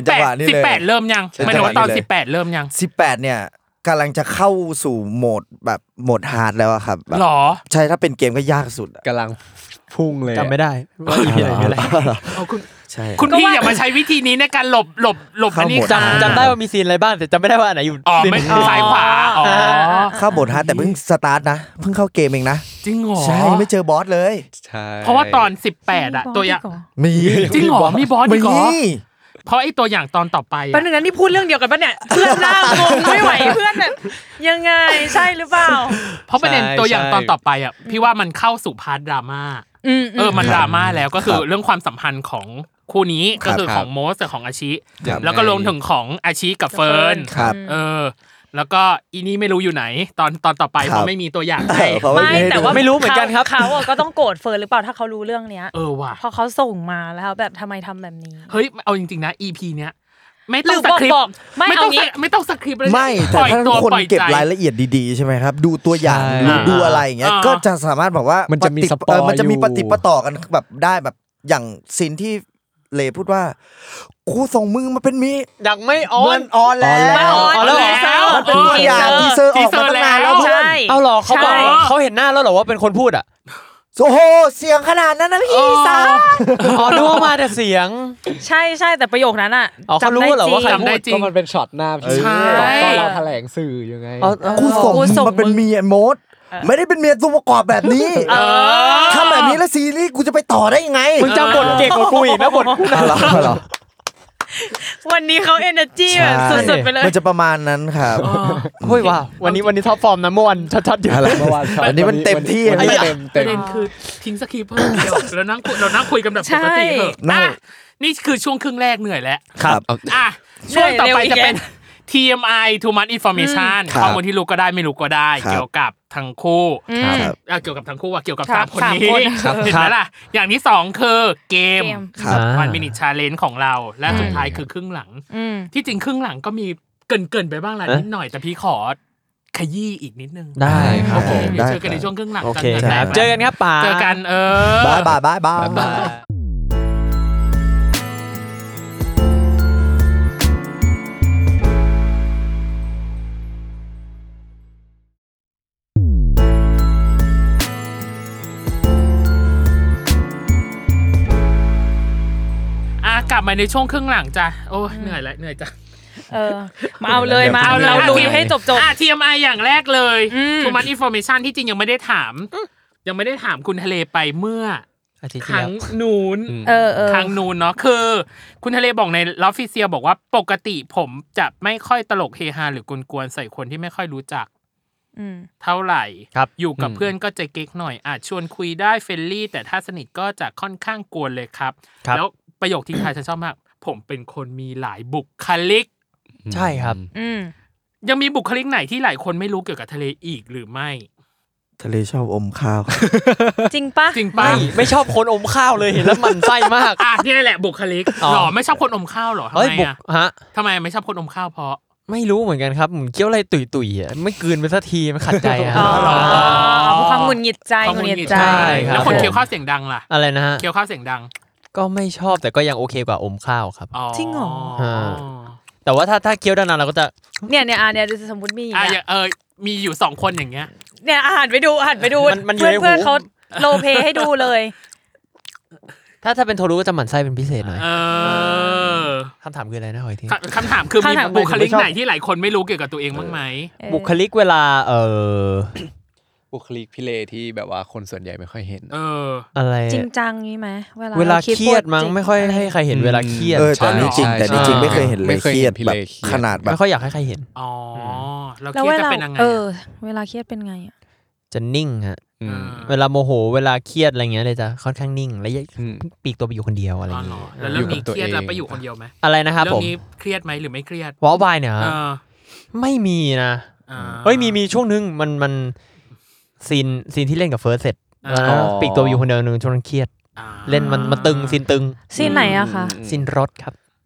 18เริ่มยังไม่รู้ว่าตอน18เริ่มยัง 18เนี่ยกำลังจะเข้าสู่โหมดแบบโหมดฮาร์ดแล้วครับหรอใช่ถ้าเป็นเกมก็ยากสุดกำลังพุ่งเลยจำไม่ได้ว่าอีพีไหนเป็นอะไรใช่คุณพี่อย่ามาใช้วิธีนี้ในการหลบอันนี้จำได้ว่ามีซีนอะไรบ้างแต่จำไม่ได้ว่าอันไหนอยู่ไม่ซ้ายขวาเข้าโหมดฮาร์ดแต่เพิ่งสตาร์ทนะเพิ่งเข้าเกมเองนะจริงเหรอใช่ไม่เจอบอสเลยใช่เพราะว่าตอน18อ่ะตัวอย่างมีจริงเหรอมีบอสอีกเหรอเพราะไอ้ตัวอย่างตอนต่อไปแป๊บนึงนะนี่พูดเรื่องเดียวกันปะเนี่ยเพื่อนหน้างงไม่ไหวเพื่อนแบบยังไงใช่หรือเปล่าเพราะประเด็นตัวอย่างตอนต่อไปอ่ะพี่ว่ามันเข้าสู่พาร์ทดราม่ามันดราม่าแล้วก็คือเรื่องความสัมพันธ์ของคู่นี้ก็คือของโมสกับของอาชิแล้วก็รวมถึงของอาชิกับเฟิร์นแล้วก็อีนี่ไม่รู้อยู่ไหนตอนต่อไปเพราะไม่มีตัวอย่างให้ไม่แต่ว่าไม่รู้เหมือนกันครับเขาก็ต้องโกรธเฟิร์นหรือเปล่าถ้าเขารู้เรื่องเนี้ยว่ะพอเขาส่งมาแล้วแบบทำไมทำแบบนี้เฮ้ยเอาจริงๆนะ EP เนี้ยไม่ต้องสคริปต์ไม่ต้องสคริปต์เลยไม่แต่ถ้าคนเก็บรายละเอียดดีๆใช่ไหมครับดูตัวอย่างดูอะไรอย่างเงี้ยก็จะสามารถบอกว่ามันจะมีสปอยมันจะมีปฏิปต่อกันแบบได้แบบอย่างซีนที่เลพูดว่ากูส่งมึงมาเป็นมียังไม่ออนแล้วแล้วมันเป็นตัวอย่างทีเซอร์ออกมาตั้งนานแล้วเพื่อนเอาหรอเขาบอกเขาเห็นหน้าแล้วหรอว่าเป็นคนพูดอ่ะโอ้โหเสียงขนาดนั้นนะพี่สาดูมาแต่เสียงใช่แต่ประโยคนั้นอ่ะเขารู้เหรอว่าใครพูดก็มันเป็นช็อตหน้าพี่ตอนเราแถลงสื่อยังไงกูส่งมาเป็นเมียโมดไม่ได้เป็นเมียตัวประกอบแบบนี้ทำแบบนี้แล้วซีรีส์กูจะไปต่อได้ยังไงมึงจำบทเก่งกว่ากูอีกนะบทกูเหรอวันนี้เขาเอเนอร์จีแบบสุดๆไปเลยมันจะประมาณนั้นครับเฮ้ยว้าววันนี้ท็อปฟอร์มนะเมื่อวันชัดๆอยู่เมื่อวานวันนี้มันเต็มที่ประเด็นคือทิ้งสคริปต์เพิ่มเดียวเรานั่งคุยกันแบบปกติเถอะนี่คือช่วงครึ่งแรกเหนื่อยแล้วครับช่วงต่อไปจะเป็นTMI too much information ข้อมูลที่รู้ก็ได้ไม่รู้ก็ได้เกี่ยวกับทั้งคู่เกี่ยวกับทั้งคู่ว่าเกี่ยวกับ3คนนี้เห็นไหมล่ะอย่างที่2คือเกม1 minute challenge ของเราและสุดท้ายคือครึ่งหลังที่จริงครึ่งหลังก็มีเกินไปบ้างละนิดหน่อยแต่พี่ขอขยี้อีกนิดนึงได้โอเคเดี๋ยวเจอกันในช่วงครึ่งหลังกันเจอกันครับป๋าเจอกันบ๊ายบายกลับมาในช่วงครึ่งหลังจ้ะโอ้เหนื่อยจ้ะมาเอาเลยเราลุยให้จบ TMI อย่างแรกเลย too much information ที่จริงยังไม่ได้ถามคุณทะเลไปเมื่อครั้งนู้นครั้งนู้นเนาะคือคุณทะเลบอกในลอฟฟิเชียลบอกว่าปกติผมจะไม่ค่อยตลกเฮฮาหรือกวนๆใส่คนที่ไม่ค่อยรู้จักเท่าไหร่อยู่กับเพื่อนก็จะเก๊กหน่อยอาจชวนคุยได้เฟรนลี่แต่ถ้าสนิทก็จะค่อนข้างกวนเลยครับแล้วประโยคทิ้งท้ายฉันชอบมากผมเป็นคนมีหลายบุคลิกใช่ครับยังมีบุคลิกไหนที่หลายคนไม่รู้เกี่ยวกับทะเลอีกหรือไม่ทะเลชอบอมข้าวจริงปะไม่ชอบคนอมข้าวเลยเห็นแล้วมันไส้มากนี่แหละบุคลิกหรอไม่ชอบคนอมข้าวหรอทำไมทำไมไม่ชอบคนอมข้าวเพราะไม่รู้เหมือนกันครับผมเคี้ยวอะไรตุยๆอ่ะไม่กลืนไปสักทีมันขัดใจอ่ะความหงุดหงิดใจแล้วคนเคี้ยวข้าวเสียงดังล่ะอะไรนะฮะเคี้ยวข้าวเสียงดังก็ไม่ชอบแต่ก็ยังโอเคกว่าอมข้าวครับจริงเหรอแต่ว่าถ้าเคี้ยวนานๆเราก็จะเนี่ยสมมติมีมีอยู่2คนอย่างเงี้ยเนี่ยหันไปดูเพื่อนเขาโรลเพลย์ให้ดูเลยถ้าเป็นโทรุก็จะหมั่นไส้เป็นพิเศษหน่อยคำถามคืออะไรนะหอยทีคำถามคือมีบุคลิกไหนที่หลายคนไม่รู้เกี่ยวกับตัวเองบ้างไหมบุคลิกเวลาบุคลิกพี่เลที่แบบว่าคนส่วนใหญ่ไม่ค่อยเห็นอะไรจริงจังงี้ไหมเวลาเครียดมั้งไม่ค่อยให้ใครเห็นเวลาเครียดแต่นี่จริงแต่นี่จริงไม่เคยเห็นเลยเครียดแบบขนาดแบบไม่ค่อยอยากให้ใครเห็นแล้วเครียดจะเป็นยังไงเวลาเครียดเป็นไงอ่ะจะนิ่งฮะเวลาโมโหเวลาเครียดอะไรเงี้ยเลยจะค่อนข้างนิ่งและปีกตัวไปอยู่คนเดียวอะไรอย่างเงี้ยแล้วเรื่องนี้เครียดแล้วไปอยู่คนเดียวไหมอะไรนะครับผมเรื่องนี้เครียดไหมหรือไม่เครียดวอลบายเนี่ยไม่มีนะเฮ้ยมีช่วงนึงมันซีนที่เล่นกับเฟิร์สเสร็จปีกตัวอยู่คนเดียวนึงช่วงนั้นเครียดเล่นมันตึงซีนตึงซีนไหนอะคะซีนรถครับ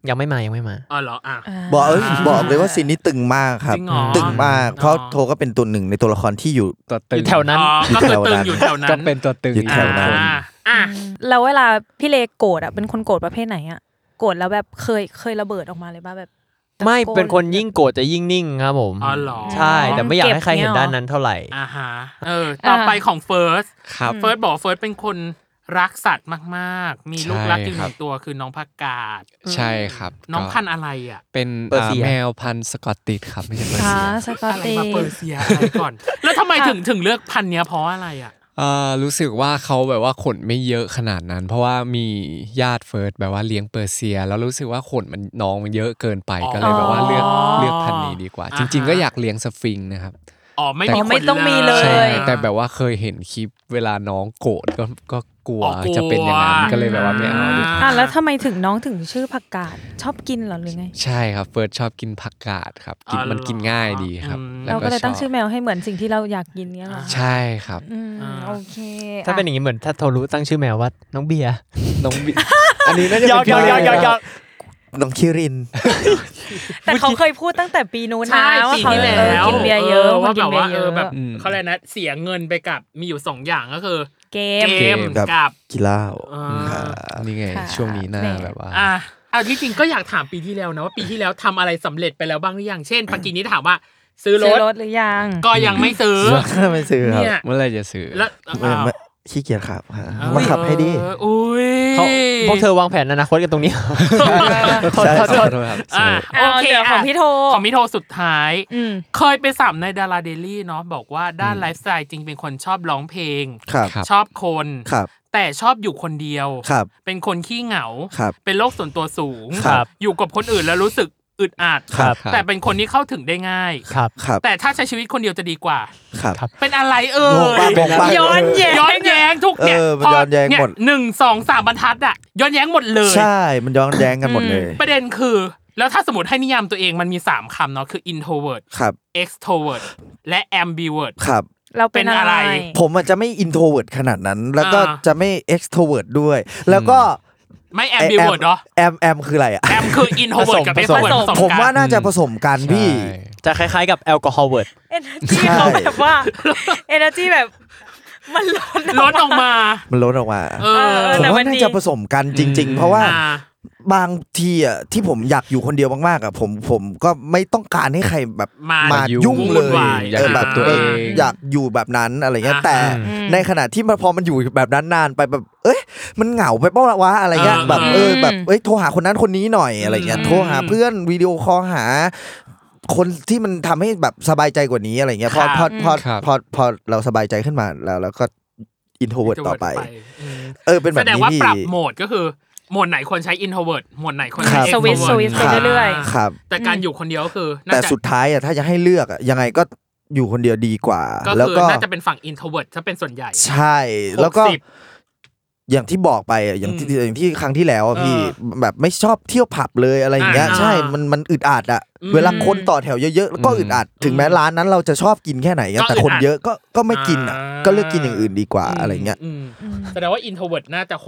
ยังไม่มาอ๋อเหรอบอกเลยว่าซีนนี้ตึงมากครับตึงมากเพราะโทก็เป็นตัวหนึ่งในตัวละครที่อยู่แถวนั้นก็คือตึงอยู่แถวนั้นก็เป็นตัวตึงอยู่แถวนั้นแล้วเวลาพี่เลโกรธเป็นคนโกรธประเภทไหนโกรธแล้วแบบเคยระเบิดออกมาเลยป่ะแบบไม่เป็นคนยิ่งโกรธจะยิ่งนิ่งครับผมใช่แต่ไม่อยากให้ใครเห็นด้านนั้นเท่าไหร่ต่อไปของเฟิร์สบอกเฟิร์สเป็นคนรักสัตว์มากๆมีลูกรักอยู่1ตัวคือน้องผักกาดใช่ครับน้องพันธุ์อะไรเป็นแมวพันธุ์สกอตติชครับไม่ใช่เปอร์เซียสกอตติชเปอร์เซียอะไรก่อนแล้วทำไมถึงเลือกพันธุ์เนี้ยเพราะอะไรรู้สึกว่าเขาแบบว่าขนไม่เยอะขนาดนั้นเพราะว่ามีญาติเฟิร์สแบบว่าเลี้ยงเปอร์เซียแล้วรู้สึกว่าขนมันน้องมันเยอะเกินไปก็เลยแบบว่าเลือกพันธุ์นี้ดีกว่าจริงๆก็อยากเลี้ยงสฟิงค์นะครับไม่ต้องมีเลยแต่แบบว่าเคยเห็นคลิปเวลาน้องโกรธก็กลัวจะเป็นอย่างนั้นก็เลยแบบว่าไม่เอาแล้วทำไมถึงน้องถึงชื่อผักกาดชอบกินหรอหรือไงใช่ครับเฟิร์สชอบกินผักกาดครับมันกินง่ายดีครับเราก็เลยตั้งชื่อแมวให้เหมือนสิ่งที่เราอยากกินเนี้ยหรอใช่ครับโอเคถ้าเป็นอย่างนี้เหมือนถ้าโทรู้ตั้งชื่อแมวว่าน้องเบียร์อันนี้น่าจะเป็นน้องคิรินแต่เขาเคยพูดตั้งแต่ปีนู้นนะว่าเขากินเบียร์เยอะว่าแบบว่าแบบเขาอะไรนะเสียเงินไปกับมีอยู่2อย่างก็คือเกมกับกีฬานี่ไงช่วงนี้น่าแบบว่าที่จริงก็อยากถามปีที่แล้วนะว่าปีที่แล้วทำอะไรสำเร็จไปแล้วบ้างหรือยังเช่นเมื่อกี้นี้ถามว่าซื้อรถหรือยังก็ยังไม่ซื้อไม่ซื้อครับเมื่อไรจะซื้อแล้วขี้เกียจขับมาขับให้ดีพวกเธอวางแผนอนาคตกันตรงนี้ใช่โอเคของพี่โทสุดท้ายเคยไปสัมในดาราเดลี่เนาะบอกว่าด้านไลฟ์สไตล์จริงเป็นคนชอบร้องเพลงชอบคนแต่ชอบอยู่คนเดียวเป็นคนขี้เหงาเป็นโรคส่วนตัวสูงอยู่กับคนอื่นแล้วรู้สึกอึดอัดแต่เป็นคนที่เข้าถึงได้ง่ายแต่ถ้าใช้ชีวิตคนเดียวจะดีกว่าเป็นอะไรย้อนแย้งทุกเนี่ยพอเนี่ย 1 2 3บรรทัดย้อนแย้งหมดเลยใช่มันย้อนแย้งกันหมดเลยประเด็นคือแล้วถ้าสมมติให้นิยามตัวเองมันมี3คำเนาะคือ introvert extrovert และ ambivert เราเป็นอะไรผมอาจจะไม่ introvert ขนาดนั้นแล้วก็จะไม่ extrovert ด้วยแล้วก็ไม่ ambivert เนาะ am คืออะไร am คือ introvert กับ extrovert ผมว่าน่าจะผสมกันพี่จะคล้ายๆกับ alcoholword energy เขาแบบว่า energy แบบมันล้นออกมาผมว่าน่าจะผสมกันจริงๆเพราะว่าบางทีที่ผมอยากอยู่คนเดียวมากๆผมก็ไม่ต้องการให้ใครแบบมายุ่งเลยแบบตัวเองอยากอยู่แบบนั้นอะไรเงี้ยแต่ในขณะที่พอมันอยู่แบบนั้นนานไปแบบมันเหงาไปเปล่าวะอะไรเงี้ยแบบโทรหาคนนั้นคนนี้หน่อยอะไรเงี้ยโทรหาเพื่อนวิดีโอคอลหาคนที่มันทำให้แบบสบายใจกว่านี้อะไรเงี้ยพอเราสบายใจขึ้นมาแล้วก็อินโทรเวิร์ตต่อไปเป็นแบบนี้แสดงว่าปรับโหมดก็คือโหมดไหนควรใช้ introvert โหมดไหนควรใช้ extrovert สวิตช์ไปเรื่อยๆครับแต่การอยู่คนเดียวก็คือแต่สุดท้ายถ้าจะให้เลือกยังไงก็อยู่คนเดียวดีกว่าแล้วก็น่าจะเป็นฝั่ง introvert ถ้าเป็นส่วนใหญ่ใช่แล้วก็อย่างที่บอกไปอย่างที่ครั้งที่แล้วพี่แบบไม่ชอบเที่ยวผับเลยอะไรอย่างเงี้ยใช่มันอึดอัดเวลาคนต่อแถวเยอะๆแล้วก็อึดอัดถึงแม้ร้านนั้นเราจะชอบกินแค่ไหนแต่คนเยอะก็ไม่กินก็เลือกกินอย่างอื่นดีกว่าอะไรเงี้ยแสดงว่า introvert น่าจะ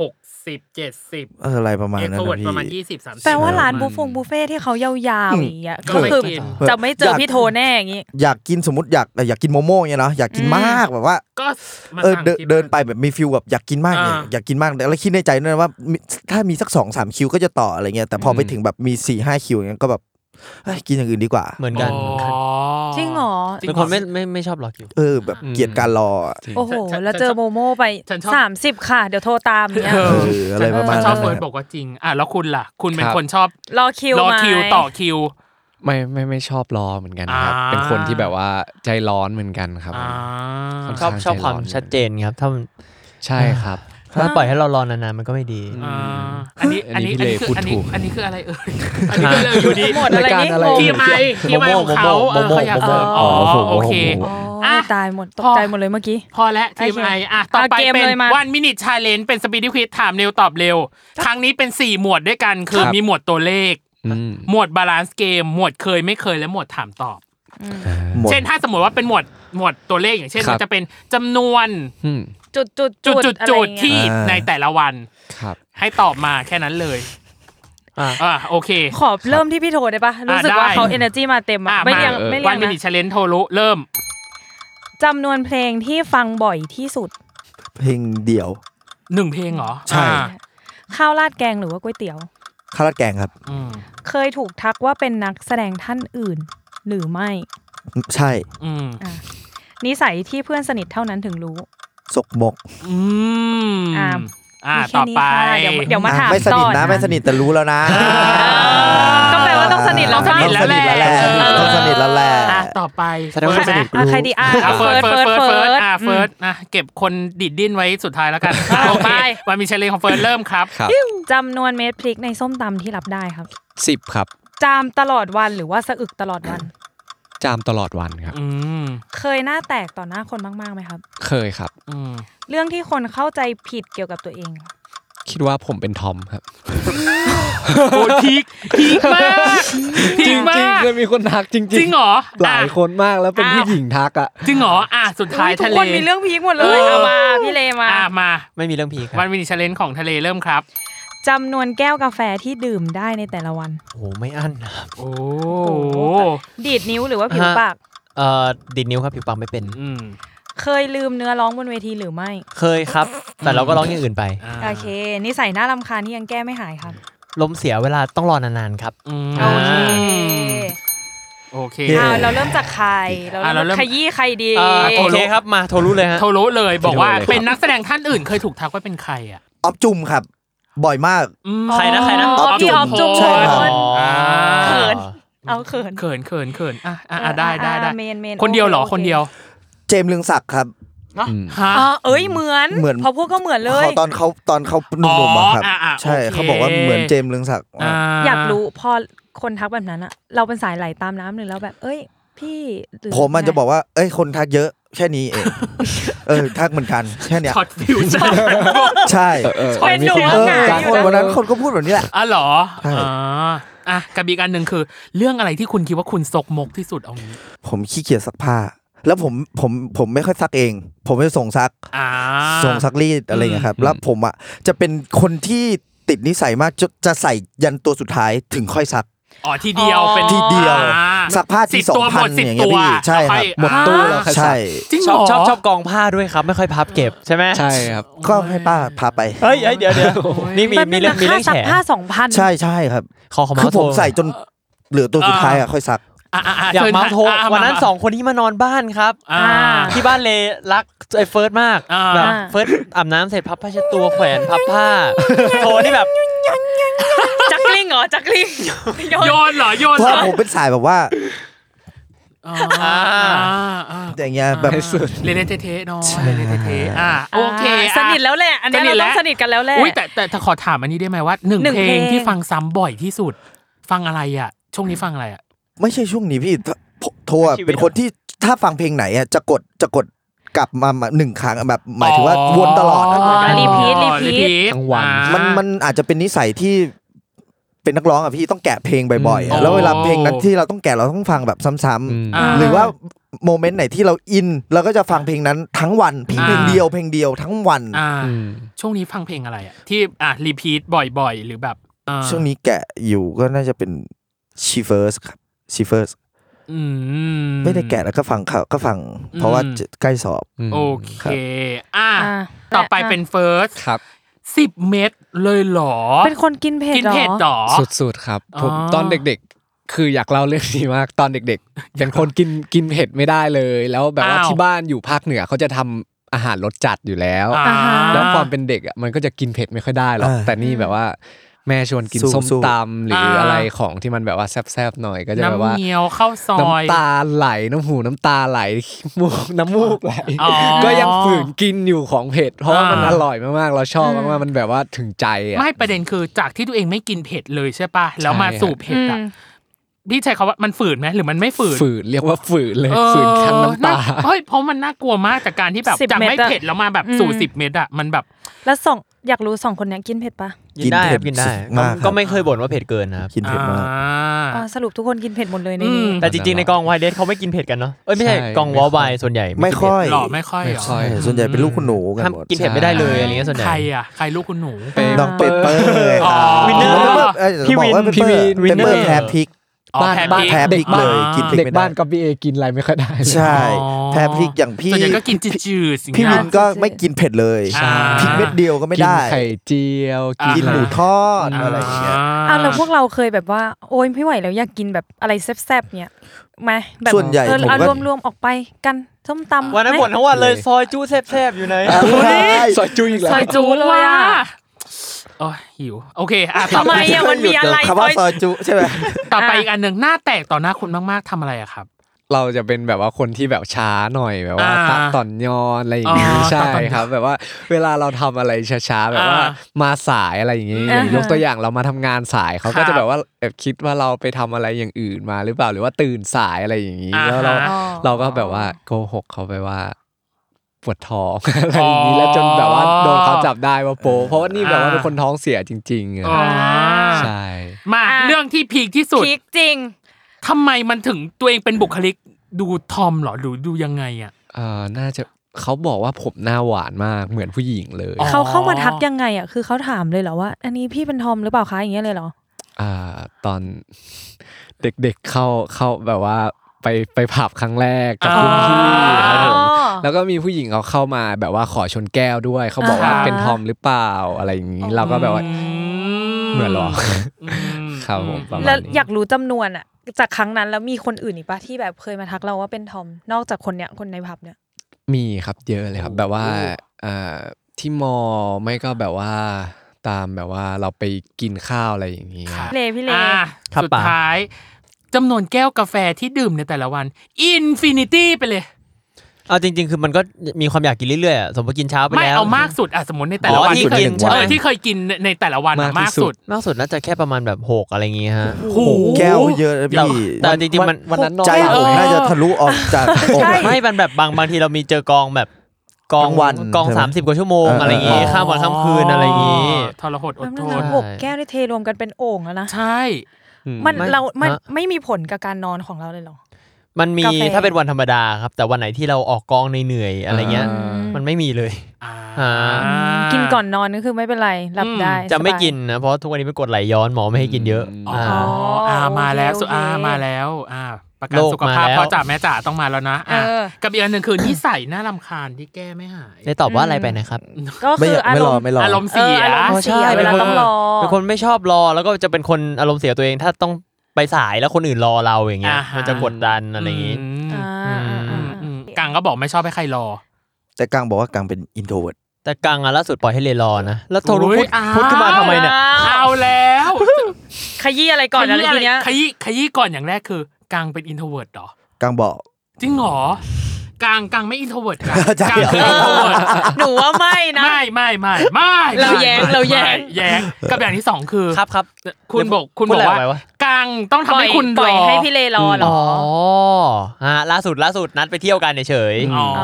60-70 อะไรประมาณนั้น extrovert ประมาณ20-30 แปลว่าร้านบุฟเฟ่ที่เขายาวๆอย่างเงี้ยก็คือจะไม่เจอพี่โทแน่อย่างงี้อยากกินสมมติอยากกินโมโม่เงี้ยเนาะอยากกินมากแบบว่าก็เดินไปแบบมีฟีลแบบอยากกินมากเนี่ยอยากกินมากแล้วคิดในใจด้วยว่าถ้ามีสัก 2-3 คิวก็จะต่ออะไรเงี้ยแต่พอไปถึงแบบมี 4-5 คิวอย่างเงี้ยก็แบบกินอย่างอื่นดีกว่าเหมือนกันจริงเหรอเป็นคนไม่ชอบรอคิวแบบเกลียดการรอโอ้โหแล้วเจอโมโม่ไป30ค่ะเดี๋ยวโทรตามเนี่ยอะไรประมาณนั้นชอบเฟิร์สบอกว่าจริงแล้วคุณล่ะคุณเป็นคนชอบรอคิวต่อคิวไม่ชอบรอเหมือนกันครับเป็นคนที่แบบว่าใจร้อนเหมือนกันครับชอบความชัดเจนครับถ้าใช่ครับถ้าปล่อยให้เรารอนานๆมันก็ไม่ดีอันนี้คืออะไรอันนี้ก็เลยอยู่ดีหมดอะไรนี่ทีมไอของเขาเขาอยากโอเคตายหมดตกใจหมดเลยเมื่อกี้พอแล้วทีมไอต่อไปเป็น1 minute challenge เป็น speed quiz ถามเร็วตอบเร็วครั้งนี้เป็น4หมวดด้วยกันคือมีหมวดตัวเลขหมวด balance game หมวดเคยไม่เคยและหมวดถามตอบเช่นถ้าสมมติว่าเป็นหมวดตัวเลขอย่างเช่นมันจะเป็นจำนวนจุดที่ในแต่ละวันให้ตอบมาแค่นั้นเลยโอเคขอเริ่มที่พี่โทได้ปะรู้สึกว่าเขา energy มาเต็มอ่ะไม่เรียงวันมินิ challenge โทรุเริ่มจำนวนเพลงที่ฟังบ่อยที่สุดเพลงเดี่ยว 1เพลงเหรอใช่ข้าวราดแกงหรือว่าก๋วยเตี๋ยวข้าวราดแกงครับเคยถูกทักว่าเป็นนักแสดงท่านอื่นหรือไม่ใช่นิสัยที่เพื่อนสนิทเท่านั้นถึงรู้สกมกต่อไปเดี๋ยวมาถามไม่สนิทนะไม่สนิทแต่รู้แล้วนะก็แปลว่าต้องสนิทแล้วต้องสนิทแล้วแหละต้องสนิทแล้วแหละต่อไปแสดงว่าสนิทใครดีเฟิร์สเก็บคนดิดดิ้นไว้สุดท้ายแล้วกันโอเควันมีเชลเลนของเฟิร์สเริ่มครับจำนวนเม็ดพริกในส้มตำที่รับได้ครับ 10ครับจามตลอดวันหรือว่าสะอึกตลอดวันจามตลอดวันครับเคยหน้าแตกต่อหน้าคนมากๆไหมครับเคยครับเรื่องที่คนเข้าใจผิดเกี่ยวกับตัวเองคิดว่าผมเป็นทอมครับโอ้พีคมากจริงเคยมีคนทักจริงจริงเหรอหลายคนมากแล้วเป็นผู้หญิงทักอ่ะจริงเหรอสุดท้ายทะเลทุกคนมีเรื่องพีคหมดเลยเอามาพี่เลมาไม่มีเรื่องพีควันมินิ challenge ของทะเลเริ่มครับจำนวนแก้วกาแฟที่ดื่มได้ในแต่ละวันโอ้ไม่อั้นครับโอ้ดีดนิ้วหรือว่าผิวปากดีดนิ้วครับผิวปากไม่เป็นเคยลืมเนื้อร้องบนเวทีหรือไม่เคยครับแต่เราก็ร้องอย่างอื่นไปโอเคนิสัยน่ารำคาญที่ยังแก้ไม่หายครับลมเสียเวลาต้องรอนานๆครับโอเคเราเริ่มจากใครเราขยี้ใครดีโอเคครับมาโทรุเลยฮะโทรุเลยบอกว่าเป็นนักแสดงท่านอื่นเคยถูกทักว่าเป็นใครอ่ะออฟจุ่มครับบ่อยมากใครนะออฟจุ่มใช่ครับเขินได้คนเดียวเหรอคนเดียวเจมส์เรืองศักดิ์ครับเหมือนพอพูดก็เหมือนเลยตอนเขาหนุ่มๆครับใช่เขาบอกว่าเหมือนเจมส์เรืองศักดิ์อยากรู้พอคนทักแบบนั้นอะเราเป็นสายไหลตามน้ำหนึ่งแล้วแบบพี่ผมมันจะบอกว่าคนทักเยอะแค่นี้เองทักเหมือนกันแค่เนี้ยช็อตฟิวชั่นใช่เป็นหนูคนวันนั้นคนก็พูดแบบนี้แหละเหรอกับอีกอันนึงคือเรื่องอะไรที่คุณคิดว่าคุณซกมกที่สุดเอางี้ผมขี้เกียจซักผ้าแล้วผมไม่ค่อยซักเองผมจะส่งซักรีดอะไรเงี้ยครับแล้วผมอ่ะจะเป็นคนที่ติดนิสัยมากจะใส่ยันตัวสุดท้ายถึงค่อยซักทีเดียวเป็นทีเดียวซักผ้าที 2,000 อย่างเงี้ยพี่ใช่ครับหมดตู้แล้วใช่ชอบกองผ้าด้วยครับไม่ค่อยพับเก็บใช่ไหมใช่ครับก็ให้ป้าพาไปเดี๋ยวนี่มีเรื่องแฉผ้า 2,000 ใช่ครับคือผมใส่จนเหลือตัวสุดท้ายอ่ะค่อยซักอยากเมาโทวันนั้น2คนที่มานอนบ้านครับที่บ้านเลรักไอ้เฟิร์สมากแบบเฟิร์สอาบน้ำเสร็จพับผ้าเช็ดตัวแขวนพับผ้าโทนี่แบบจักลิงเหรอจักลิงโยนเหรอเพราะผมเป็นสายแบบว่าอย่างเงี้ยแบบเลเนเทเนาะเลเนเทโอเคสนิทแล้วแหละอันนี้เราต้องสนิทกันแล้วแหละแต่ขอถามอันนี้ได้ไหมว่า1เพลงที่ฟังซ้ำบ่อยที่สุดฟังอะไรอ่ะช่วงนี้ฟังอะไรอ่ะไม่ใช่ช่วงนี้พี่โทรเป็นคนที่ถ้าฟังเพลงไหนอ่ะจะกดกลับมา1ครั้งแบบหมายถึงว่าวนตลอดรีพีททั้งวันมันอาจจะเป็นนิสัยที่เป็นนักร้องอ่ะพี่ต้องแกะเพลงบ่อยๆแล้วเวลาเพลงนั้นที่เราต้องแกะเราต้องฟังแบบซ้ำๆหรือว่าโมเมนต์ไหนที่เราอินเราก็จะฟังเพลงนั้นทั้งวันเพลงเดียวทั้งวันช่วงนี้ฟังเพลงอะไรอ่ะที่รีพีทบ่อยๆหรือแบบช่วงนี้แกะอยู่ก็น่าจะเป็นชีเฟิร์สครับชีเฟิร์สไม่ได้แกะแล้วก็ฟังเพราะว่าใกล้สอบโอเคต่อไปเป็นเฟิร์สครับ 10 เม็ดเลยเหรอเป็นคนกินเผ็ดหรอสุดๆครับผมตอนเด็กๆคืออยากเล่าเรื่องนี้มากตอนเด็กๆเป็นคนกินเผ็ดไม่ได้เลยแล้วแบบว่าที่บ้านอยู่ภาคเหนือเขาจะทำอาหารรสจัดอยู่แล้วแล้วความเป็นเด็กอ่ะมันก็จะกินเผ็ดไม่ค่อยได้หรอกแต่นี่แบบว่าแม่ชวนกินส้มตำหรืออะไรของที่มันแบบว่าแซ่บๆหน่อยก็จะแบบว่าน้ำเงี้ยวข้าวซอยน้ำตาไหลน้ำหูน้ำตาไหลน้ำมูกไหลก็ยังฝืนกินอยู่ของเผ็ดเพราะว่ามันอร่อยมากๆเราชอบมากๆมันแบบว่าถึงใจอ่ะไม่ประเด็นคือจากที่ตัวเองไม่กินเผ็ดเลยใช่ป่ะแล้วมาสู่เผ็ดอ่ะพี่ใช้คำว่ามันฝืนไหมหรือมันไม่ฝืนฝืนเรียกว่าฝืนเลยฝืนคั้นน้ำตาเฮ้ยเพราะมันน่ากลัวมากจากการที่แบบจากไม่เผ็ดแล้วมาแบบสู่10 เม็ดอะมันแบบแล้วอยากรู้2คนนี้กินเผ็ดปะกินได้ก็ไม่เคยบ่นว่าเผ็ดเกินนะครับกินเผ็ดมากสรุปทุกคนกินเผ็ดหมดเลยในนี้แต่จริงๆในกองวายเดทเขาไม่กินเผ็ดกันเนาะไม่ใช่กองวอลวายส่วนใหญ่ไม่ค่อยไม่ค่อยส่วนใหญ่เป็นลูกคุณหนูกันหมดกินเผ็ดไม่ได้เลยอะไรเงี้ยส่วนใหญ่ใครลูกคุณหนูน้องเปเปอร์วินเนอร์พี่วินเปเปอร์แพ้พริกบ้านแพ้พริกเลยกินพริกเด็กบ้านก็พี่เอกินอะไรไม่ค่อยได้ใช่แพ้พริกอย่างพี่ส่วนใหญ่ก็กินจืดๆพี่วินก็ไม่กินเผ็ดเลยพริกเม็ดเดียวก็ไม่ได้กินไข่เจียวกินหมูทอดอะไรอย่างเงี้ยแล้วพวกเราเคยแบบว่าโอ๊ยไม่ไหวแล้วอยากกินแบบอะไรแซ่บๆเนี้ยไหมแบบส่วนใหญ่ผมก็รวมๆออกไปกันส้มตำวันนั้นบ่นทั้งวันเลยซอยจู้แซ่บๆอยู่ไหนซอยจู้อีกแล้วซอยจู้เลยอ่ะโอ้ยหิวโอเคทำไมมันมีอะไรคำว่าซอยจุใช่ไหมต่อไปอีกอันหนึ่งหน้าแตกต่อหน้าคุณมากๆทำอะไรอะครับเราจะเป็นแบบว่าคนที่แบบช้าหน่อยแบบว่าตัดต่อนยอนอะไรอย่างงี้ใช่ครับแบบว่าเวลาเราทำอะไรช้าๆแบบว่ามาสายอะไรอย่างงี้ยกตัวอย่างเรามาทำงานสายเขาก็จะแบบว่าคิดว่าเราไปทำอะไรอย่างอื่นมาหรือเปล่าหรือว่าตื่นสายอะไรอย่างงี้แล้วเราก็แบบว่าโกหกเขาไปว่าปวดท้องอะไรอย่างนี้แล้วจนแบบว่าโดนเขาจับได้ว่าโปเพราะว่านี่แบบว่าเป็นคนท้องเสียจริงๆใช่มาเรื่องที่พีคที่สุดพีคจริงทำไมมันถึงตัวเองเป็นบุคลิกดูทอมหรอดูยังไงอ่ะน่าจะเขาบอกว่าผมหน้าหวานมากเหมือนผู้หญิงเลยเขาเข้ามาทักยังไงอ่ะคือเขาถามเลยเหรอว่าอันนี้พี่เป็นทอมหรือเปล่าคะอย่างเงี้ยเลยเหรอตอนเด็กๆเข้าแบบว่าไปผับครั้งแรกกับรุ่นพี่ครับผมแล้วก็มีผู้หญิงเขาเข้ามาแบบว่าขอชนแก้วด้วยเขาบอกว่าเป็นทอมหรือเปล่าอะไรอย่างนี้เราก็แบบว่าเหมือนหรอครับผมประมาณนี้แล้วอยากรู้จำนวนอ่ะจากครั้งนั้นแล้วมีคนอื่นอีกปะที่แบบเคยมาทักเราว่าเป็นทอมนอกจากคนเนี้ยคนในผับเนี่ยมีครับเยอะเลยครับแบบว่าที่มอไม่ก็แบบว่าตามแบบว่าเราไปกินข้าวอะไรอย่างนี้พี่เลสุดท้ายจำนวนแก้วกาแฟที่ดื่มในแต่ละวันอินฟินิตี้ไปเลยเอาจริงๆคือมันก็มีความอยากกินเรื่อยๆสมมติกินเช้าไปแล้วไม่เอามากสุดสมมติในแต่ละวันที่กินที่เคยกินในแต่ละวันมากสุดน่าจะแค่ประมาณแบบ6อะไรอย่างงี้ฮะแก้วเยอะพี่แต่จริงๆมันวันนั้นใจผมน่าจะทะลุออกจากอกไม่มันแบบบางทีเรามีเจอกองแบบกองวันกอง30กว่าชั่วโมงอะไรอย่างงี้ข้ามวันข้ามคืนอะไรอย่างงี้ทรหดอดทน 6แก้วนี่เทรวมกันเป็นโอ่งแล้วนะใช่มันไม่มีผลกับการนอนของเราเลยหรอมันมีถ้าเป็นวันธรรมดาครับแต่วันไหนที่เราออกกองเหนื่อยอะไรเงี้ยมันไม่มีเลยกินก่อนนอนก็คือไม่เป็นไรหลับได้จะไม่กินนะเพราะทุกวันนี้เป็นกรดไหลย้อนหมอไม่ให้กินเยอะมาแล้วมาแล้วประกันสุขภาพพ่อจ๋าแม่จ๋าต้องมาแล้วนะกับอีกอันนึงคือนิสัยน่ารำคาญที่แก้ไม่หายได้ตอบว่าอะไรไปนะครับก็คืออารมณ์เสียใช่เวลาต้องรอเป็นคนไม่ชอบรอแล้วก็จะเป็นคนอารมณ์เสียตัวเองถ้าต้องไปสายแล้วคนอื่นรอเราอย่างเงี้ยมันจะกดดันอะไรอย่างงี้กังก็บอกไม่ชอบให้ใครรอแต่กังบอกว่ากังเป็น introvert แต่กังล่าสุดปล่อยให้เรรอนะแล้วโทรพูดขึ้นมาทำไมเนี่ยเอาแล้วขยี้อะไรก่อนอะไรทีเนี้ยขยี้ก่อนอย่างแรกคือกังเป็น introvert หรอกังบอกจริงหรอกังไม่ introvert กังคือ introvert หนูว่าไม่นะไม่เราแย้งกับอย่างที่2คือครับคุณบอกว่ากังต้องทำให้คุณปล่อยให้พี่เลรอหรอล่าสุดนัดไปเที่ยวกันเฉย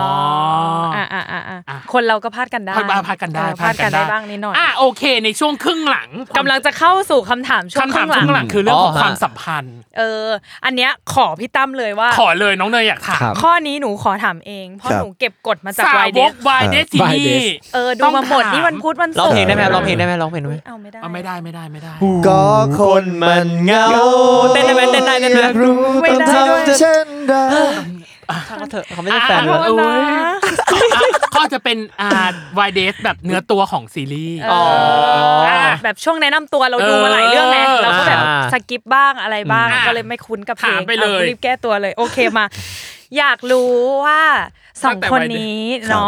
คนเราก็พลาดกันได้พลาดกันได้บ้างนิดหน่อยโอเคในช่วงครึ่งหลังกำลังจะเข้าสู่คำถามช่วงครึ่งหลังคือเรื่องของความสัมพันธ์อันเนี้ยขอพี่ตั้มเลยว่าขอเลยน้องเนยอยากถามข้อนี้หนูขอถามเองเพราะหนูเก็บกดมาจากวายเดสทีนี่ดูมาหมดนี่วันพุธวันศุกร์ร้องเพลงได้ไหมร้องเพลงได้ไหมเอาไม่ได้ก็คนมันเหงาเต้นได้รู้ต้องทำจะเช่นใดเขาไม่ใช่แฟนเลยก็จะเป็นวายเดสแบบเนื้อตัวของซีรีส์แบบช่วงแนะนำตัวเราดูมาหลายเรื่องไงเราก็แบบสกิปบ้างอะไรบ้างก็เลยไม่คุ้นกับเพลงรีบแก้ตัวเลยโอเคมาอยากรู้ว่า2คนนี้เนาะ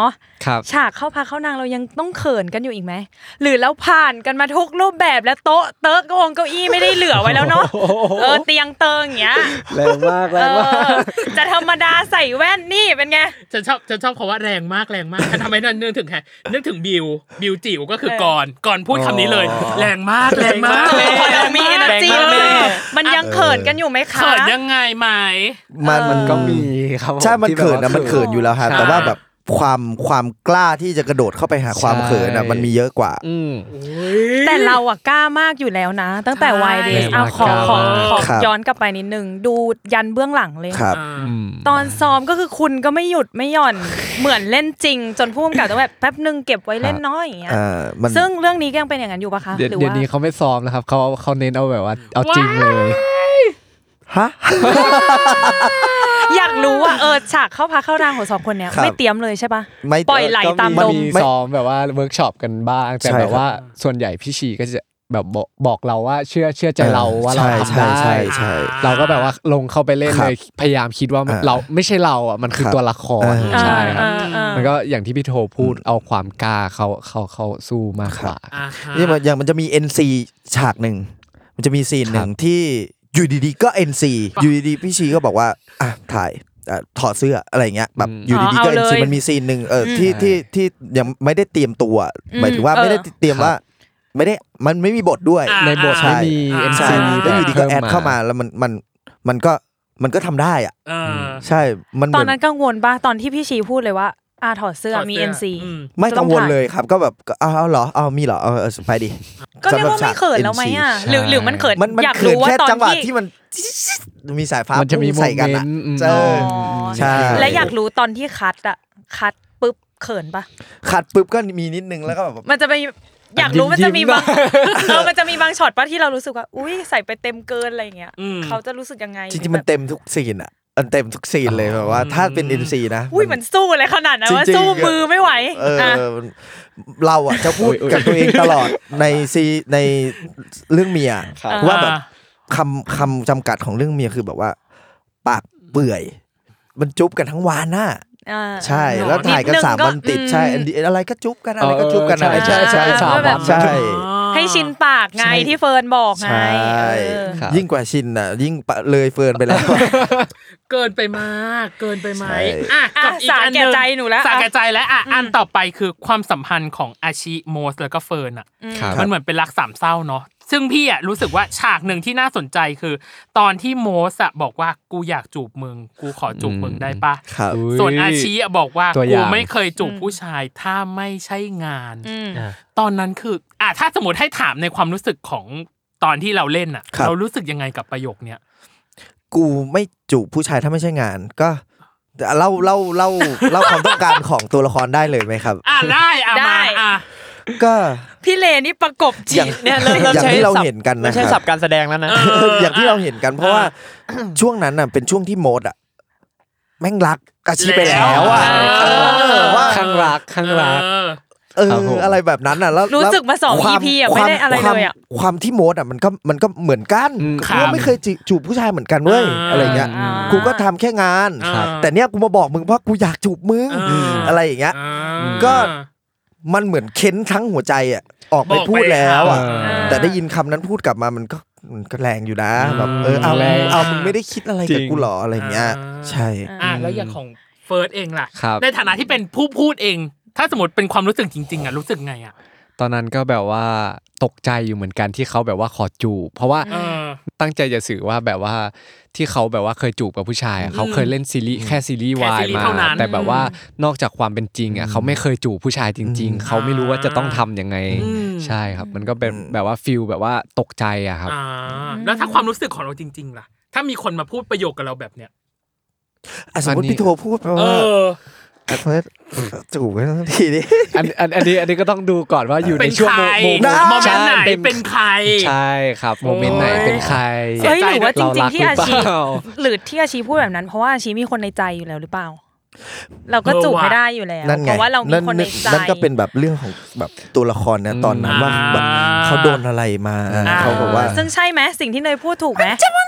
ฉากเข้าพาเข้านางเรายังต้องเขินกันอยู่อีกไหมหรือแล้วผ่านกันมาทุกรูปแบบและโต๊ะเต๊ะเก้าอี้ไม่ได้เหลือไว้แล้วเนาะเตียงเติงอย่างเงี้ยแรงมากจะธรรมดาใส่แว่นนี่เป็นไงฉันชอบคำว่าแรงมากทำไมนึกถึงบิวจิ๋วก็คือก่อนพูดคำนี้เลยแรงมากมี energy มันยังเขินกันอยู่ไหมคะเขินยังไงไหมมันก็มีครับใช่มันเขินนะมันเขินอยู่แล้วครับแต่ว่าแบบความกล้าที่จะกระโดดเข้าไปหาความเขินมันมีเยอะกว่าแต่เราอ่ะกล้ามากอยู่แล้วนะตั้งแต่วัยเด็กเอาขอย้อนกลับไปนิดนึงดูยันเบื้องหลังเลยตอนซ้อมก็คือคุณก็ไม่หยุดไม่หย่อนเหมือนเล่นจริงจนผู้กำกับต้องแบบแป๊บนึงเก็บไว้เล่นน้อยอย่างเงี้ยซึ่งเรื่องนี้ยังเป็นอย่างนั้นอยู่ปะคะหรือว่าเดี๋ยวนี้เขาไม่ซ้อมนะครับเขาเน้นเอาแบบว่าเอาจริงเลยฮะอยากรู้ว่าฉากเข้าพักเข้านางของ2คนเนี้ยไม่เตรียมเลยใช่ปะปล่อยไหลตามลมมีซ้อมแบบว่าเวิร์กช็อปกันบ้างแต่แบบว่าส่วนใหญ่พี่ชีก็จะแบบบอกเราว่าเชื่อใจเราว่าเราทำได้เราก็แบบว่าลงเข้าไปเล่นเลยพยายามคิดว่าเราไม่ใช่เราอ่ะมันคือตัวละครใช่ครับมันก็อย่างที่พี่โทพูดเอาความกล้าเขาสู้มากกว่านี่มันจะมี NC ฉากนึงมันจะมีซีนนึงที่อยู่ดีๆก็ NC อยู่ดีๆพี่ชีก็บอกว่าถ่ายถอดเสื้ออะไรเงี้ยแบบอยู่ดีๆก็ NC มันมีซีนนึงที่ยังไม่ได้เตรียมตัวหมายถึงว่าไม่ได้เตรียมว่ามันไม่มีบทด้วยในบทไม่มี NC แล้วอยู่ดีก็แอดเข้ามาแล้วมันก็ทำได้อ่ะใช่มันตอนนั้นกังวลป่ะตอนที่พี่ชีพูดเลยว่าถอดเสื้อมี NC ไม่กังวลเลยครับก็แบบเอาเหรอมีเหรอไปดิก็เรียกว่าไม่เขินแล้วไหมอ่ะหรือมันเขินอยากรู้ว่าตอนที่มันมีสายฟ้ามันจะมีใส่กันอ่ะใช่และอยากรู้ตอนที่คัดปุ๊บเขินปะคัดปุ๊บก็มีนิดนึงแล้วก็แบบมันจะไปอยากรู้มันจะมีบางมันจะมีบางช็อตป่ะที่เรารู้สึกว่าอุ้ยใส่ไปเต็มเกินอะไรเงี้ยเขาจะรู้สึกยังไงจริงๆมันเต็มทุกซีนอ่ะมันเต็มทุกซีนเลยแบบว่าถ้าเป็น NC นะอุ้ยมันสู้อะไรขนาดนั้นว่าสู้มือไม่ไหวเราอ่ะจะพูดกับตัวเองตลอดในเรื่องเมียว่าแบบคำจำกัดของเรื่องเมียคือแบบว่าปากเปื่อยมันจุ๊บกันทั้งวันน่ะใช่แล้วถ่ายกัน3 วันติดใช่อะไรก็จุ๊บกันอะไรก็จุ๊บกันอะไรใช่3 วันใช่ให้ชินปากไงที่เฟิร์นบอกไงยิ่งกว่าชินน่ะยิ่งเลยเฟิร์นไปแล้วเกินไปมากเกินไปไหมกับอีกอันนึงสาแก่ใจหนูแล้วสาแก่ใจแล้วอันต่อไปคือความสัมพันธ์ของอาชิโมสแล้วก็เฟิร์นอ่ะมันเหมือนเป็นรักสามเศร้าเนาะซึ่งพี่อ่ะรู้สึกว่าฉากหนึ่งที่น่าสนใจคือตอนที่โมสอ่ะบอกว่ากูอยากจูบมึงกูขอจูบมึงได้ป่ะส่วนอาชิอ่ะบอกว่ากูไม่เคยจูบผู้ชายถ้าไม่ใช่งานตอนนั้นคือถ้าสมมติให้ถามในความรู้สึกของตอนที่เราเล่นอ่ะเรารู้สึกยังไงกับประโยคเนี้ยกูไม่จูบผู้ชายถ้าไม่ใช่งานก็เล่าความต้องการของตัวละครได้เลยไหมครับได้มาก็พี่เลนี่ประกบจีเนี่ยเราใช้ที่เราเห็นกันนะใช้ศัพท์การแสดงแล้วนะอย่างที่เราเห็นกันเพราะว่าช่วงนั้นน่ะเป็นช่วงที่โมดอ่ะแม่งรักอาชีพไปแล้วอ่ะว่าข้างรักอะไรแบบนั้นอ่ะแล้วรู้สึกมา2 EP อ่ะไม่ได้อะไรเลยอ่ะความที่โมดอ่ะมันก็เหมือนกันกูไม่เคยจูบผู้ชายเหมือนกันเว้ยอะไรเงี้ยกูก็ทำแค่งานแต่เนี้ยกูมาบอกมึงเพราะกูอยากจูบมึงอะไรอย่างเงี้ยก็มันเหมือนเค้นทั้งหัวใจอ่ะออกไปพูดแล้วอ่ะแต่ได้ยินคำนั้นพูดกลับมามันก็แรงอยู่นะแบบเอามึงไม่ได้คิดอะไรกับกูหรออะไรเงี้ยใช่แล้วอย่างของเฟิร์สเองล่ะในฐานะที่เป็นผู้พูดเองถ้าสมมติเป็นความรู้สึกจริงๆอ่ะรู้สึกไงอ่ะตอนนั้นก็แบบว่าตกใจอยู่เหมือนกันที่เขาแบบว่าขอจูบเพราะว่าตั้งใจจะสื่อว่าแบบว่าที่เขาแบบว่าเคยจูบกับผู้ชายเขาเคยเล่นซีรีส์แค่ซีรีส์วายมาแต่แบบว่านอกจากความเป็นจริงอ่ะเขาไม่เคยจูบผู้ชายจริงๆเขาไม่รู้ว่าจะต้องทำยังไงใช่ครับมันก็เป็นแบบว่าฟีลแบบว่าตกใจอ่ะครับแล้วถ้าความรู้สึกของเราจริงๆล่ะถ้ามีคนมาพูดประโยคกับเราแบบเนี้ยสมมติพี่โทพูดว่าเฟิร์สจูบกันทีนี้อันนี้ก็ต้องดูก่อนว่าอยู่ในช่วงโมเมนต์ไหนเป็นใครใช่ครับโมเมนต์ไหนเป็นใครหรือว่าจริงๆที่อาชีหรือที่อาชีพูดแบบนั้นเพราะว่าอาชีมีคนในใจอยู่แล้วหรือเปล่าเราก็จูบไม่ได้อยู่แล้วเพราะว่าเรามีคนในใจนั่นก็เป็นแบบเรื่องของแบบตัวละครนะตอนนั้นว่าแบบเขาโดนอะไรมาเขาบอกว่าซึ่งใช่ไหมสิ่งที่เนยพูดถูกไหม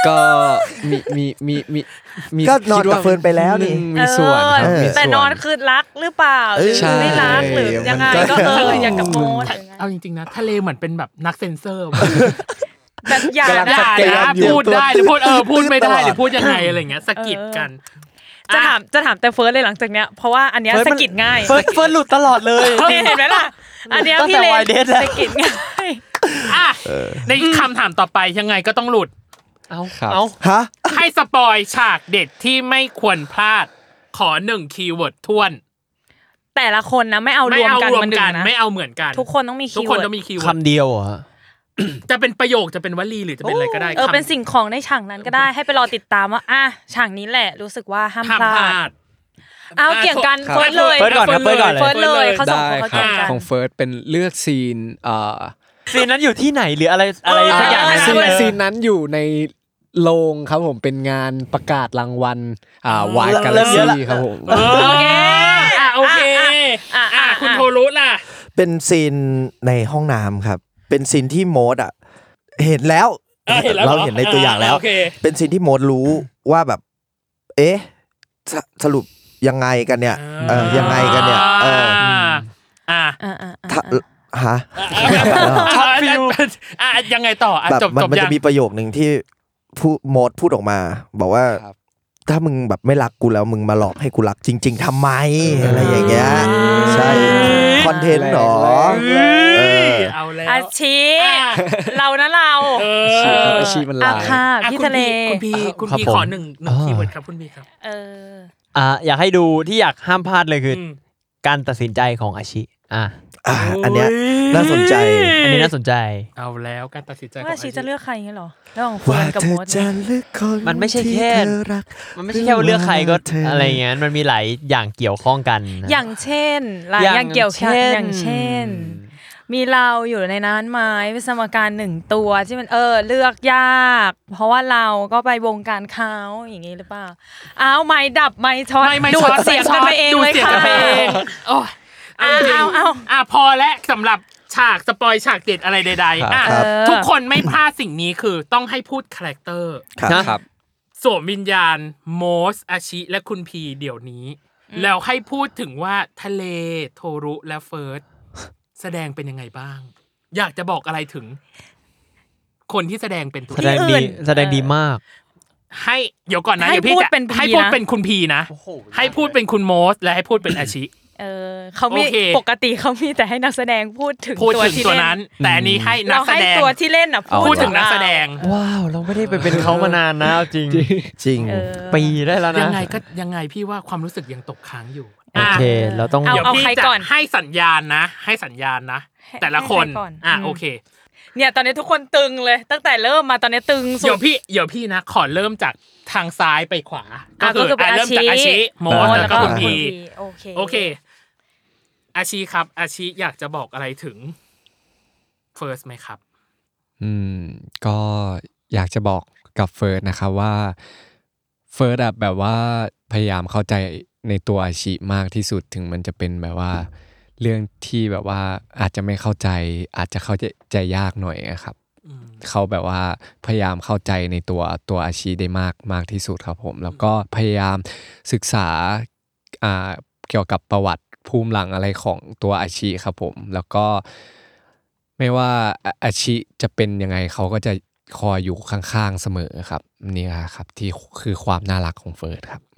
ก็มีก็นอนกับเฟิร์นไปแล้วนี่มีส่วนครับแต่นอนคือรักหรือเปล่าหรือไม่รักหรือยังไงก็อย่างกับโมดเอาจริงๆนะทะเลเหมือนเป็นแบบนักเซ็นเซอร์แบบอย่าพูดได้หรือพูดไม่ได้หรือพูดยังไงอะไรเงี้ยสะกิดกันจะถามแต่เฟิร์สเลยหลังจากเนี้ยเพราะว่าอันเนี้ยสะกิดง่ายเฟิร์สหลุดตลอดเลยเห็นไหมล่ะอันเนี้ยพี่เลนสะกิดง่ายในคำถามต่อไปยังไงก็ต้องหลุดเอาฮะให้สปอยฉากเด็ดที่ไม่ควรพลาดขอ1คีย์เวิร์ดท้วนแต่ละคนนะไม่เอารวมกันมันดึงนะไม่เอาเหมือนกันทุกคนต้องมีคีย์เวิร์ดคำเดียวเหรอจะเป็นประโยคจะเป็นวลีหรือจะเป็นอะไรก็ได้เป็นสิ่งของในฉากนั้นก็ได้ให้ไปรอติดตามว่าฉากนี้แหละรู้สึกว่าห้ามพลาดเอาเกี่ยงกันเฟิร์สเลยเฟิร์สก่อนเฟิร์สเลยเขาส่งเขาเกี่ยงกันของเฟิร์สเป็นเลือกซีนนั้นอยู่ที่ไหนหรืออะไรสักอย่างซีนนั้นอยู่ในโรงครับผมเป็นงานประกาศรางวัลวายกาแล็กซี่ครับผมโอเคคุณโทรุล่ะเป็นซีนในห้องน้ำครับเป็นซีนที่โมดเห็นแล้วเราเห็นในตัวอย่างแล้วเป็นซีนที่โมดรู้ว่าแบบสรุปยังไงกันเนี่ยยังไงกันเนี่ยฮะยังไงต่อจบมันจะมีประโยคนึงที่โมดพูดออกมาบอกว่าถ้ามึงแบบไม่รักกูแล้วมึงมาหลอกให้กูรักจริงๆทำไมอะไรอย่างเงี้ยใช่คอนเทนต์หรอเอาแล้วอาชีเรานะเราอาชีมันลายค่ะพี่ทะเลคุณพี่ขอ1คีย์เวิร์ดครับคุณพี่ครับอยากให้ดูที่อยากห้ามพลาดเลยคือการตัดสินใจของอาชิอันเนี้ยน่าสนใจอันนี้น่าสนใจเอาแล้วการตัดสินใจของอาชิจะเลือกใครงี้หรอระหว่างเฟิร์นกับโมดมันไม่ใช่แค่ว่าเลือกใครก็อะไรเงี้ยมันมีหลายอย่างเกี่ยวข้องกันอย่างเช่นหลายอย่างเกี่ยวข้องอย่างเช่นมีเราอยู่ในนั้นไหมเป็นสมการ1ตัวที่มันเลือกยากเพราะว่าเราก็ไปวงการเขาอย่างงี้หรือเปล่าไม้ดับไม้ช็อตดูดเสียงกันไปเองเลยค่ะโอ้พอและสำหรับฉากสปอยฉากเด็ดอะไรใดๆทุกคนไม่พลาดสิ่งนี้คือต้องให้พูดคาแรคเตอร์ครับสวมวิญญาณโมสอาชิและคุณพีเดี๋ยวนี้แล้วให้พูดถึงว่าทะเลโทรุและเฟิร์สแสดงเป็นยังไงบ้างอยากจะบอกอะไรถึงคนที่แสดงเป็นตัวแสดงดีมากให้เดี๋ยวก่อนนะเดี๋ยวพี่จะให้พูดเป็นคุณพีนะให้พูดเป็นคุณโมสและให้พูดเป็นอาชิเขามีปกติเขามีแต่ให้นักแสดงพูดถึงตัวที่เล่นแต่อันนี้ให้นักแสดงตัวที่เล่นพูดถึงนักแสดงว้าวเราไม่ได้ไปเป็นเขามานานนะจริงปีได้แล้วนะยังไงพี่ว่าความรู้สึกยังตกค้างอยู่โอเคเราต้องเดี๋ยวพี่จะให้สัญญาณนะแต่ละคนโอเคเนี่ยตอนนี้ทุกคนตึงเลยตั้งแต่เริ่มมาตอนนี้ตึงสุดเดี๋ยวพี่นะขอเริ่มจากทางซ้ายไปขวาก็คือเริ่มจากอาชิโมดแล้วก็คุณพีโอเคอาชิครับอาชิอยากจะบอกอะไรถึงเฟิร์สไหมครับก็อยากจะบอกกับเฟิร์สนะครับว่าเฟิร์สแบบว่าพยายามเข้าใจในตัวอาชิมากที่สุดถึงมันจะเป็นแบบว่าเรื่องที่แบบว่าอาจจะไม่เข้าใจอาจจะเข้าใจยากหน่อยครับเขาแบบว่าพยายามเข้าใจในตัวอาชิได้มากที่สุดครับผมแล้วก็พยายามศึกษาเกี่ยวกับประวัติภูมิหลังอะไรของตัวอาชิครับผมแล้วก็ไม่ว่าอาชิจะเป็นยังไงเขาก็จะคอยอยู่ข้างๆเสมอครับนี่ครับที่คือความน่ารักของเฟิร์สครับ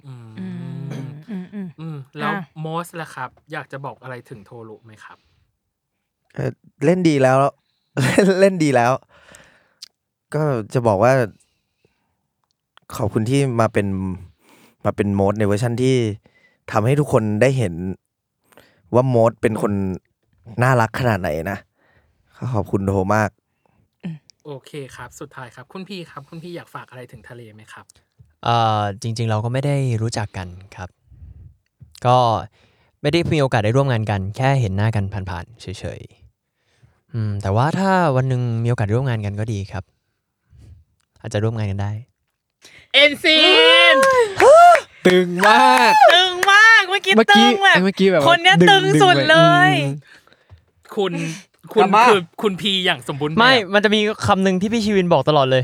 แล้วโมสล่ะครับอยากจะบอกอะไรถึงโทรุไหมครับเล่นดีแล้วเล่นดีแล้วก็จะบอกว่าขอบคุณที่มาเป็นโมดในเวอร์ชันที่ทำให้ทุกคนได้เห็นว่าโมดเป็นคนน่ารักขนาดไหนนะขอบคุณโทมากโอเคครับสุดท้ายครับคุณพี่ครับคุณพี่อยากฝากอะไรถึงทะเลไหมครับจริงๆเราก็ไม่ได้รู้จักกันครับก็ไม่ได้มีโอกาสได้ร่วมงานกันแค่เห็นหน้ากันผ่านๆเฉยๆแต่ว่าถ้าวันนึงมีโอกาสร่วมงานกันก็ดีครับอาจจะร่วมงานกันได้เอ็นซีนตึงมากเมื่อกี้ตึงแบบคนเนี้ยตึงสุดเลยคุณคือคุณพีอย่างสมบูรณ์ไม่มันจะมีคำนึงที่พี่ชีวินบอกตลอดเลย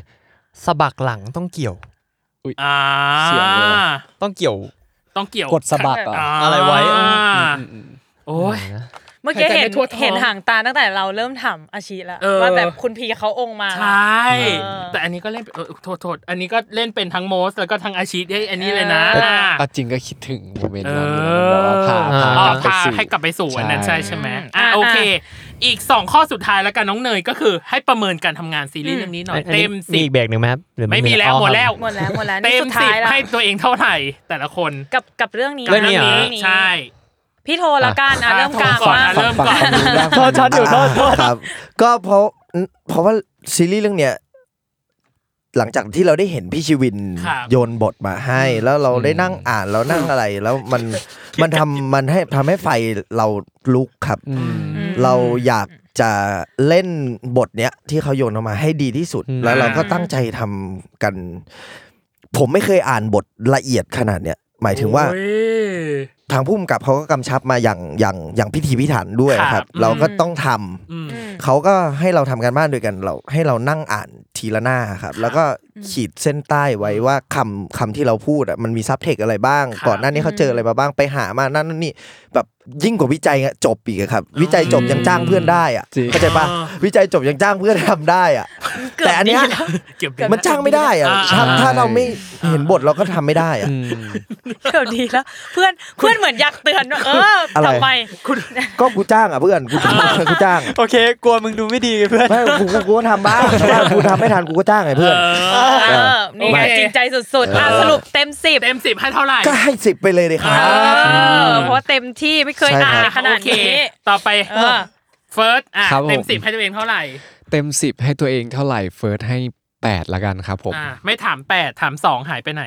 สะบักหลังต้องเกี่ยวเสียงเลยต้องเกี่ยวกดสะบักอะไรไว้โอ้ยเมื่อกี้เห็นห่างตาตั้งแต่เราเริ่มถามอาชีแล้วว่าแบบคุณพีเขาองมาใช่แต่อันนี้ก็เล่นโทษอันนี้ก็เล่นเป็นทั้งโมสแล้วก็ทั้งอาชีได้อันนี้เลยนะจริงก็คิดถึงโมเมนต์นั้นแบบว่าพาให้กลับไปสู่อันนั้นใช่ไหมโอเคอีก2ข้อสุดท้ายแล้วกันน้องเนยก็คือให้ประเมินการทำงานซีรีส์เรื่องนี้หน่อยเต็ม10 มีอีกแบกนึงมั้ยครับไม่มีแล้วหมดแล้วเต็ม10ให้ตัวเองเท่าไหร่แต่ละคนกับเรื่องนี้ใช่พี่โทละกันเริ่มกลางมาเริ่มก่อนโทษชัดอยู่โทษครับก็เพราะว่าซีรีส์เรื่องเนี้ยหลังจากที่เราได้เห็นพี่ชีวินโยนบทมาให้แล้วเราได้นั่งอ่านแล้วนั่งอะไรแล้วมันทำให้ไฟเราลุกครับเราอยากจะเล่นบทเนี้ยที่เขาโยนออกมาให้ดีที่สุดแล้วเราก็ตั้งใจทำกันผมไม่เคยอ่านบทละเอียดขนาดเนี้ยหมายถึงว่าทางผู้กำกับเขาก็กำชับมาอย่างพิถีพิถันด้วยครับเราก็ต้องทำเขาก็ให้เราทำการบ้านด้วยกันเราให้เรานั่งอ่านทีละหน้าครับแล้วก็ขีดเส้นใต้ไว้ว่าคำที่เราพูดมันมีซับเทคอะไรบ้างก่อนหน้านี้เขาเจออะไรมาบ้างไปหามานั่นนี่แบบยิ่งกว่าวิจัยจบอีกครับวิจัยจบยังจ้างเพื่อนได้อ่ะเข้าใจป่ะวิจัยจบยังจ้างเพื่อนทำได้อ่ะแต่อันเนี้ยมันจ้างไม่ได้อ่ะถ้าเราไม่เห็นบทเราก็ทำไม่ได้อ่ะเดี๋ยวดีแล้วเพื่อนเหมือนอยากเตือนว่าทำไมก็กูจ้างอ่ะเพื่อนกูจ้างโอเคกลัวมึงดูไม่ดีเพื่อนไม่กูก็ทำบ้างถ้ากูทำไม่ทันกูก็จ้างไงเพื่อนนี่ไงจริงใจสุดๆสรุปเต็ม 10ให้เท่าไหร่ก็ให้10ไปเลยครับเพราะเต็มที่ไม่เคยอ่านขนาดนี้ต่อไปเฟิร์สเต็ม10ให้ตัวเองเท่าไหร่เต็ม10ให้ตัวเองเท่าไหร่เฟิร์สให้8ละกันครับผมไม่ถาม8ถาม2หายไปไหน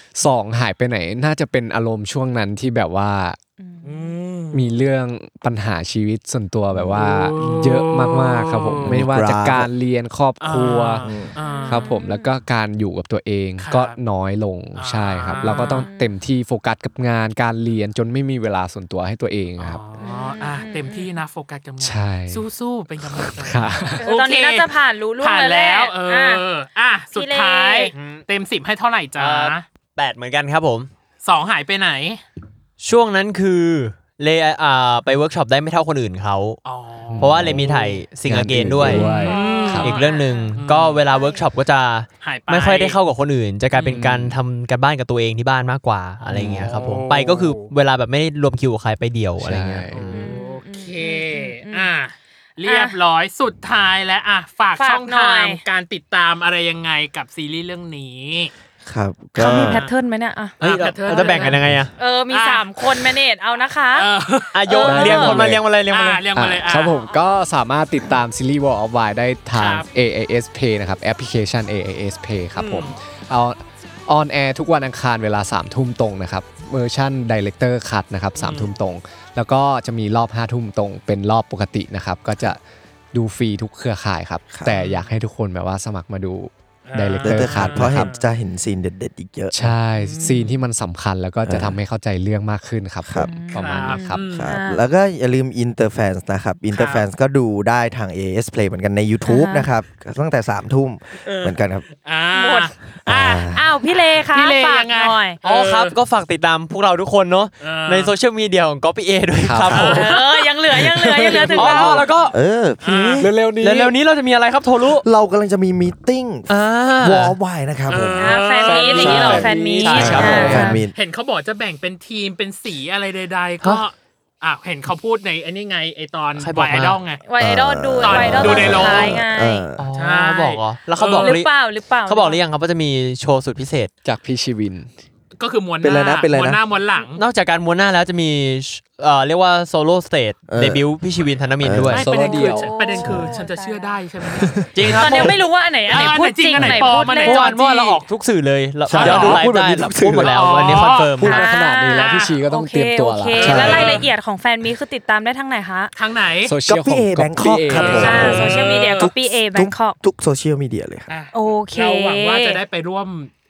2หายไปไหนน่าจะเป็นอารมณ์ช่วงนั้นที่แบบว่ามีเรื่องปัญหาชีวิตส่วนตัวแบบว่าเยอะมากๆครับผมไม่ว่าจะการเรียนครอบครัวครับผมแล้วก็การอยู่กับตัวเองก็น้อยลงใช่ครับเราก็ต้องเต็มที่โฟกัสกับงานการเรียนจนไม่มีเวลาส่วนตัวให้ตัวเองครับเต็มที่นะโฟกัสกับงานสู้ๆเป็นกำลังใจตอนนี้น่าจะผ่านรู้ล่วงแล้วสุดท้ายเต็ม10ให้เท่าไหร่จ๊ะ 8เหมือนกันครับผม 2หายไปไหนช่วงนั้นคือเลไปเวิร์กช็อปได้ไม่เท่าคนอื่นเขาเพราะว่าเลมีถ่ายซิงเกิลเกนด้วยอีกเรื่องนึงก็เวลาเวิร์กช็อปก็จะไม่ค่อยได้เข้ากับคนอื่นจะกลายเป็นการทำการบ้านกับตัวเองที่บ้านมากกว่าอะไรเงี้ยครับผมไปก็คือเวลาแบบไม่ได้รวมคิวกับใครไปเดี่ยวอะไรเงี้ยโอเคเรียบร้อยสุดท้ายและฝากช่องทางการติดตามอะไรยังไงกับซีรีส์เรื่องนี้ครับเขามีแพทเทิร์นไหมเนี่ยเราจะแบ่งกันยังไงมี3คนแมเนจเอานะคะโยเรียงคนมาเรียงมาเลยครับผมก็สามารถติดตามซีรีส์ Wall of Wine ได้ทาง AIS Play นะครับแอปพลิเคชัน AIS Play ครับผมเอาออนแอร์ทุกวันอังคารเวลา 3 ทุ่มตรงนะครับเวอร์ชั่น Director Cut นะครับ 3 ทุ่มตรงแล้วก็จะมีรอบ 5 ทุ่มตรงเป็นรอบปกตินะครับก็จะดูฟรีทุกเครือข่ายครับแต่อยากให้ทุกคนแบบว่าสมัครมาดู Director Cut เพราะจะเห็นซีนเด็ดๆอีกเยอะใช่ซีนที่มันสำคัญแล้วก็จะทำให้เข้าใจเรื่องมากขึ้นครับประมาณนี้ครับแล้วก็อย่าลืม Interfans นะครับ Interfans ก็ดูได้ทาง AS Play เหมือนกันใน YouTube นะครับตั้งแต่ 3 ทุ่มเหมือนกันครับหมดพี่เลค่ะฝากหน่อยครับก็ฝากติดตามพวกเราทุกคนเนาะในโซเชียลมีเดียของ Copy A ด้วยครับผมยังเหลือถึงแล้วก็เร็วๆนี้เราจะมีอะไรครับโทรุเรากำลังจะมีมีตติ้งวอลไวนะครับผมแฟนมีตอย่างนี้หรอแฟนมีตเห็นเขาบอกจะแบ่งเป็นทีมเป็นสีอะไรใดๆก็เห็นเขาพูดในอันนี้ไงไอตอนไวไอดอลไงไวไอดอลดูในโรงไงใช่บอกเหรอแล้วเขาบอกหรือเปล่าเขาบอกหรือยังครับว่าจะมีโชว์สุดพิเศษจากพี่ชีวินก็คือม้วนหน้าม้วนหลังนอกจากการม้วนหน้าแล้วจะมีเรียกว่าโซโล่สเตจเดบิวต์พี่ชีวินธนมินด้วยโซโล่เดียวประเด็นคือฉันจะเชื่อได้ใช่ไหมจริงครับตอนนี้ไม่รู้ว่าอันไหนพูดจริงอันไหนพูดเล่นว่าเราออกทุกสื่อเลยเราดูไลฟ์ได้พูดหมดแล้วอันนี้คอนเฟิร์มพูดขนาดนี้แล้วพี่ชีก็ต้องเตรียมตัวแล้วรายละเอียดของแฟนมีคือติดตามได้ทางไหนคะทางไหนโซเชียลของ Copy A Bangkok ครับโซเชียลมีเดีย Copy A Bangkok ทุกโซเชียลมีเดียเลยครับโอเคเราหวังว่าจะได้ไปร่วม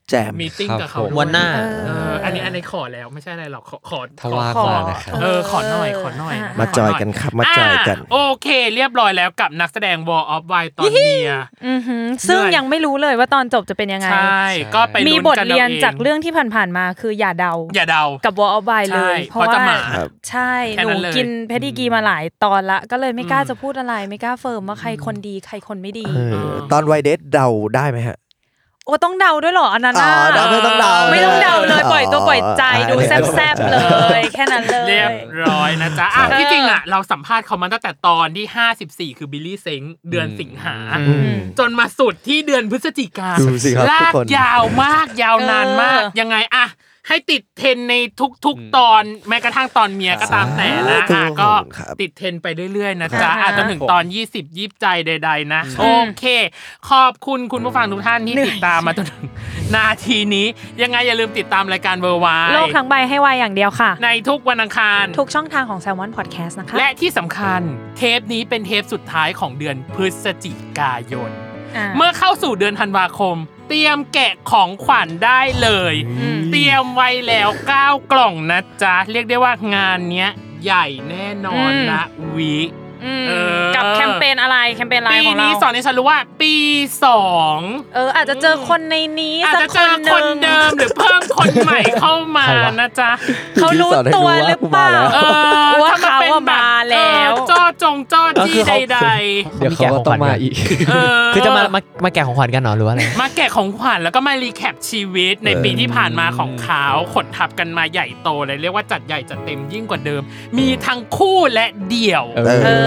แจมมีติ้งกับเขาด้วยวันหน้าอันนี้ขอแล้วไม่ใช่อะไรหรอกขอทว่าขอนะครับขอหน่อยมาจอยกันครับมาจอยกันโอเคเรียบร้อยแล้วกับนักแสดง Wall of Wine ตอนเมียซึ่งยังไม่รู้เลยว่าตอนจบจะเป็นยังไงใช่ก็ไปลุ้นกันเอาเองมีบทเรียนจากเรื่องที่ผ่านๆมาคืออย่าเดากับ Wall of Wine เลยเพราะว่าใช่หนูกินเพดิกีมาหลายตอนละก็เลยไม่กล้าจะพูดอะไรไม่กล้าเฟิร์มว่าใครคนดีใครคนไม่ดีตอนไวเดทเดาได้ไหมฮะโอ้ต้องเดาด้วยเหรออันนั้นไม่ต้องเดาเลยปล่อยตัวปล่อยใจดูแซ่บๆเลยแค่นั้นเลยเรียบร้อยนะจ๊ะที่จริงอ่ะเราสัมภาษณ์เขามาตั้งแต่ตอนที่54คือบิลลี่เซ้งเดือนสิงหาจนมาสุดที่เดือนพฤศจิกาลากยาวมากยาวนานมากยังไงอะให้ติดเทรนในทุกตอนแม้กระทั่งตอนเมียก็ตามแต่นะก็ติดเทรนไปเรื่อยๆนะจ๊ะจนถึงตอน20ยิบใจใดๆนะโอเคขอบคุณคุณผู้ฟังทุกท่านที่ติดตามมาจนถึงนาทีนี้ยังไงอย่าลืมติดตามรายการเวอร์ไวโลกทั้งใบให้วายอย่างเดียวค่ะในทุกวันอังคารทุกช่องทางของ Salmon Podcast นะคะและที่สำคัญเทปนี้เป็นเทปสุดท้ายของเดือนพฤศจิกายนเมื่อเข้าสู่เดือนธันวาคมเตรียมแกะของขวัญได้เลยเตรียมไว้แล้ว9กล่องนะจ๊ะเรียกได้ว่างานเนี้ยใหญ่แน่นอนนะวิกับแคมเปญอะไรแคมเปญอะไรของเราปีนี้สอนให้ฉันรู้ว่าปี2 อาจจะเจอคนในนี้อาจจะเจอคนเดิมหรือเพิ่มคนใหม่เข้ามานะจ๊ะเขารู้ตัวหรือเปล่าว่าเขามาแล้วจ้อจี้ใดๆเดี๋ยวเขาต้องมาอีกคือจะมาแกะของขวัญกันเหรอหรือว่าอะไรมาแกะของขวัญแล้วก็มารีแคปชีวิตในปีที่ผ่านมาของเขาขนทับกันมาใหญ่โตเลยเรียกว่าจัดใหญ่จัดเต็มยิ่งกว่าเดิมมีทั้งคู่และเดี่ยว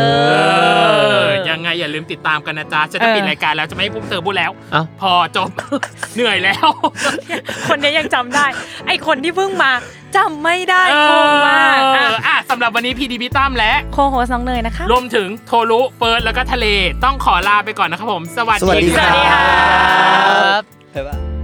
ยังไงอย่าลืมติดตามกันนะจ๊ะจะปิดรายการแล้วจะไม่ให้พวกเธอพูดแล้วพอจบเหนื่อยแล้วคนนี้ยังจำได้ไอคนที่เพิ่งมาจำไม่ได้โกงมากสำหรับวันนี้พีดีพี่ตั้มและโคโฮสน้องเนยนะคะรวมถึงโทรุเฟิร์สแล้วก็ทะเลต้องขอลาไปก่อนนะครับผมสวัสดีค่ะ